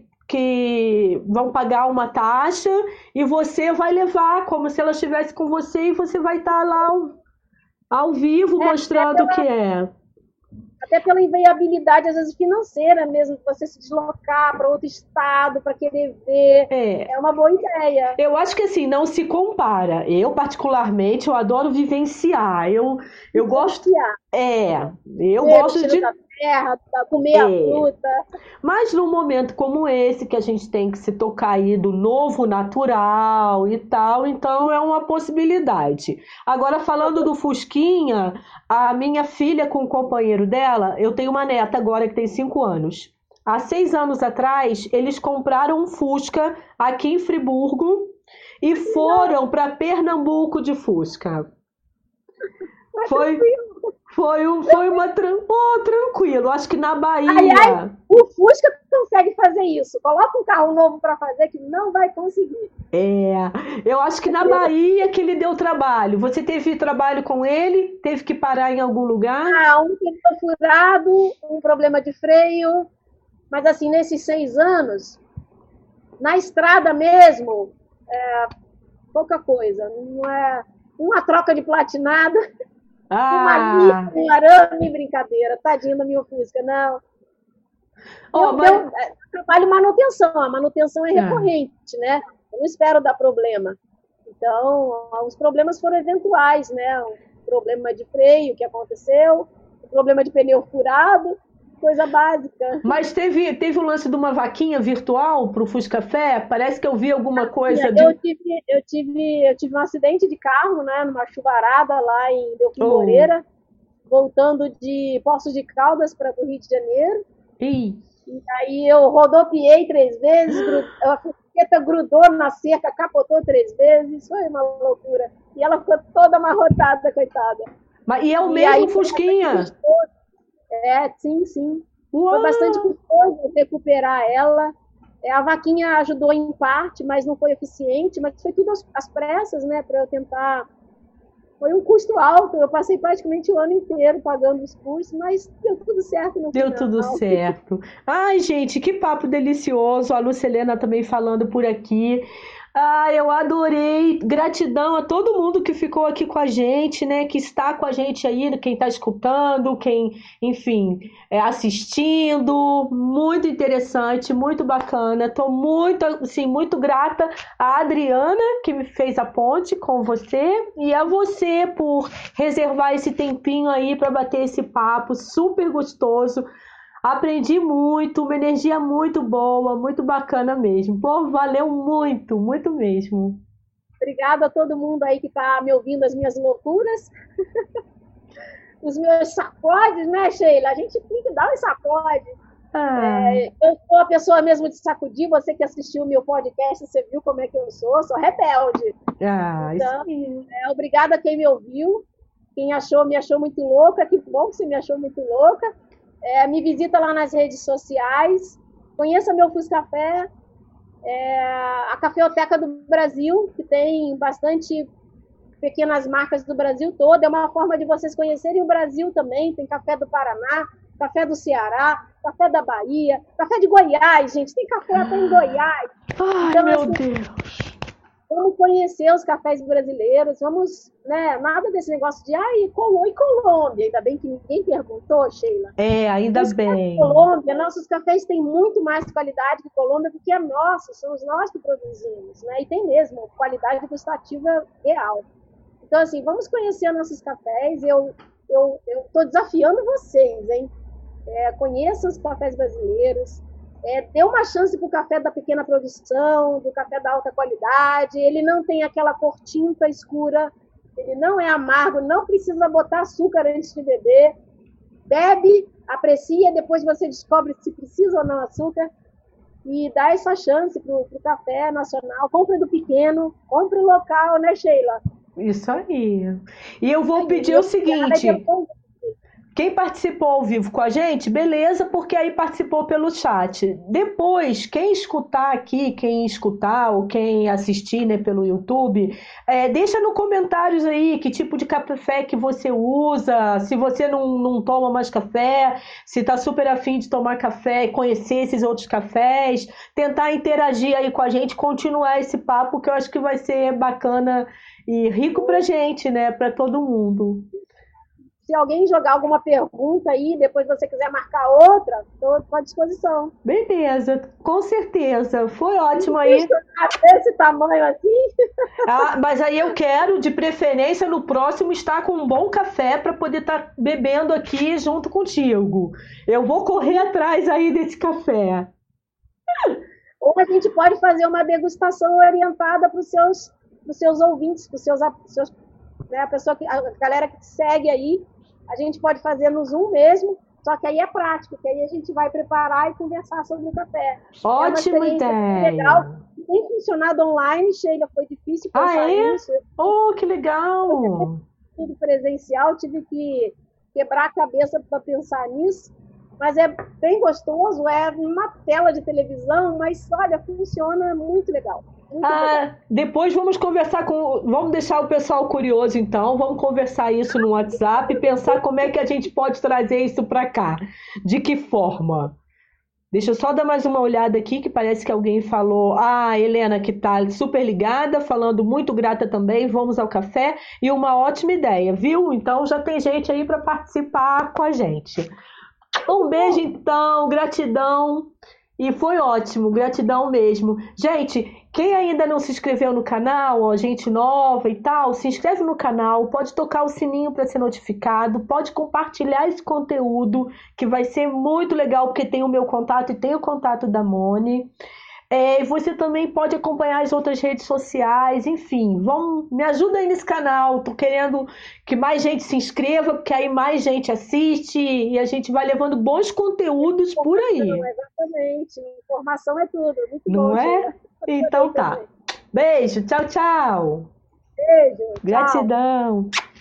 que vão pagar uma taxa e você vai levar como se ela estivesse com você e você vai estar lá ao, ao vivo é, até mostrando o que pela, é. até pela inviabilidade, às vezes, financeira mesmo, de você se deslocar para outro estado para querer ver. É, É uma boa ideia. eu acho que assim, não se compara. Eu, particularmente, eu adoro vivenciar. Eu, eu gosto. Vivenciar, É, eu ver o gosto cheiro de. da terra, comer a É, fruta. mas num momento como esse, que a gente tem que se tocar aí do novo natural e tal, então é uma possibilidade. Agora, falando do Fusquinha, a minha filha com o companheiro dela, eu tenho uma neta agora que tem cinco anos. Há seis anos atrás, eles compraram um Fusca aqui em Friburgo e foram para Pernambuco de Fusca. Mas Foi, tranquilo. foi, um, foi uma tran... oh, tranquilo. Acho que na Aliás, Bahia. o Fusca consegue fazer isso. Coloca um carro novo para fazer que não vai conseguir. É, eu acho que na Bahia que ele deu trabalho. Você teve trabalho com ele? Teve que parar em algum lugar? Ah, um pneu furado, um problema de freio. Mas assim, nesses seis anos, na estrada mesmo, é, pouca coisa. Não é uma troca de platinada, uma Ah, lista, um arame, brincadeira. Tadinha da minha Fusca, não. oh, Eu, mas, eu, eu trabalho manutenção, a manutenção é ah, recorrente, né? Eu não espero dar problema. Então, os problemas foram eventuais, né? O problema de freio que aconteceu, o problema de pneu furado, coisa básica. Mas teve, teve o lance de uma vaquinha virtual para o Fusca Fé? Parece que eu vi alguma coisa Eu de. tive, eu tive, eu tive um acidente de carro, né? Numa chuvarada lá em Delfim Oh. Moreira, voltando de Poços de Caldas para o Rio de Janeiro. Ih. E aí eu rodopiei três vezes, grud... a fusqueta grudou na cerca, capotou três vezes, foi uma loucura. E ela ficou toda amarrotada, coitada. Mas, e é o E mesmo aí, Fusquinha? É, sim, sim. Uau. Foi bastante custoso recuperar ela. É, a vaquinha ajudou em parte, mas não foi eficiente, mas foi tudo às, às pressas, né, para eu tentar. Foi um custo alto, eu passei praticamente o ano inteiro pagando os custos, mas deu tudo certo no Deu final. tudo certo. Ai, gente, que papo delicioso. A Lucilena também falando por aqui. Ah, eu adorei. Gratidão a todo mundo que ficou aqui com a gente, né? Que está com a gente aí, quem está escutando, quem, enfim, é, assistindo. Muito interessante, muito bacana. Estou muito, assim, muito grata à Adriana, que me fez a ponte com você, e a você por reservar esse tempinho aí para bater esse papo super gostoso. Aprendi muito, uma energia muito boa, muito bacana mesmo. Pô, valeu muito, muito mesmo. Obrigada a todo mundo aí que está me ouvindo as minhas loucuras. Os meus sacodes, né, Sheila? A gente tem que dar um sacode. Ah. É, eu sou a pessoa mesmo de sacudir. Você que assistiu o meu podcast, você viu como é que eu sou. Sou rebelde. Ah, então, isso é, obrigada a quem me ouviu. Quem achou, me achou muito louca. Que bom que você me achou muito louca. É, me visita lá nas redes sociais. Conheça meu Fusca Café. É, a Cafeoteca do Brasil, que tem bastante pequenas marcas do Brasil todo. É uma forma de vocês conhecerem o Brasil também. Tem café do Paraná, café do Ceará, café da Bahia, café de Goiás, gente. Tem café até em Goiás. Ai, então, meu assim, Deus. Vamos conhecer os cafés brasileiros, vamos, né, nada desse negócio de, ai, e Colômbia, ainda bem que ninguém perguntou, Sheila. É, ainda os bem. Colômbia, nossos cafés têm muito mais qualidade que Colômbia, porque é nosso, somos nós que produzimos, né, e tem mesmo qualidade gustativa real. Então, assim, vamos conhecer nossos cafés, eu eu estou desafiando vocês, hein, é, conheçam os cafés brasileiros, É, dê uma chance para o café da pequena produção, do café da alta qualidade. Ele não tem aquela cor tinta escura, ele não é amargo, não precisa botar açúcar antes de beber. Bebe, aprecia, depois você descobre se precisa ou não açúcar. E dá essa chance para o café nacional. Compre do pequeno, compre local, né, Sheila? Isso aí. E eu vou pedir o seguinte... Quem participou ao vivo com a gente, beleza, porque aí participou pelo chat. Depois, quem escutar aqui, quem escutar ou quem assistir, né, pelo YouTube, é, deixa nos comentários aí que tipo de café que você usa, se você não, não toma mais café, se tá super afim de tomar café e conhecer esses outros cafés, tentar interagir aí com a gente, continuar esse papo que eu acho que vai ser bacana e rico pra gente, né, pra todo mundo. Se alguém jogar alguma pergunta aí, depois você quiser marcar outra, estou à disposição. Beleza, com certeza. Foi ótimo aí. Desse tamanho assim. Ah, mas aí eu quero, de preferência, no próximo, estar com um bom café para poder estar bebendo aqui junto contigo. Eu vou correr atrás aí desse café. Ou a gente pode fazer uma degustação orientada para os seus, pros seus ouvintes, para os seus, seus né, a pessoa que, a galera que te segue aí. A gente pode fazer no Zoom mesmo, só que aí é prático, que aí a gente vai preparar e conversar sobre o café. Ótima é uma ideia. Legal. Tem funcionado online, Sheila, foi difícil pensar ah, é? nisso. Oh, que legal! Tudo presencial, tive que quebrar a cabeça para pensar nisso, mas é bem gostoso, é uma tela de televisão, mas olha, funciona muito legal. Muito ah, legal. Depois vamos conversar com. Vamos deixar o pessoal curioso, então. Vamos conversar isso no WhatsApp e pensar como é que a gente pode trazer isso para cá. De que forma? Deixa eu só dar mais uma olhada aqui, que parece que alguém falou. Ah, Helena, que tá super ligada, falando muito grata também. Vamos ao café. E uma ótima ideia, viu? Então já tem gente aí para participar com a gente. Um beijo, então. Gratidão. E foi ótimo, gratidão mesmo. Gente, Quem ainda não se inscreveu no canal, ó, gente nova e tal, se inscreve no canal, pode tocar o sininho para ser notificado, pode compartilhar esse conteúdo, que vai ser muito legal, porque tem o meu contato e tem o contato da Moni. É, você também pode acompanhar as outras redes sociais, enfim, vão, me ajuda aí nesse canal. Tô querendo que mais gente se inscreva, porque aí mais gente assiste e a gente vai levando bons conteúdos por aí. Exatamente, informação é tudo. Muito Não bom, é? Sheila. Então tá. Beijo, tchau, tchau. Beijo, tchau. Gratidão.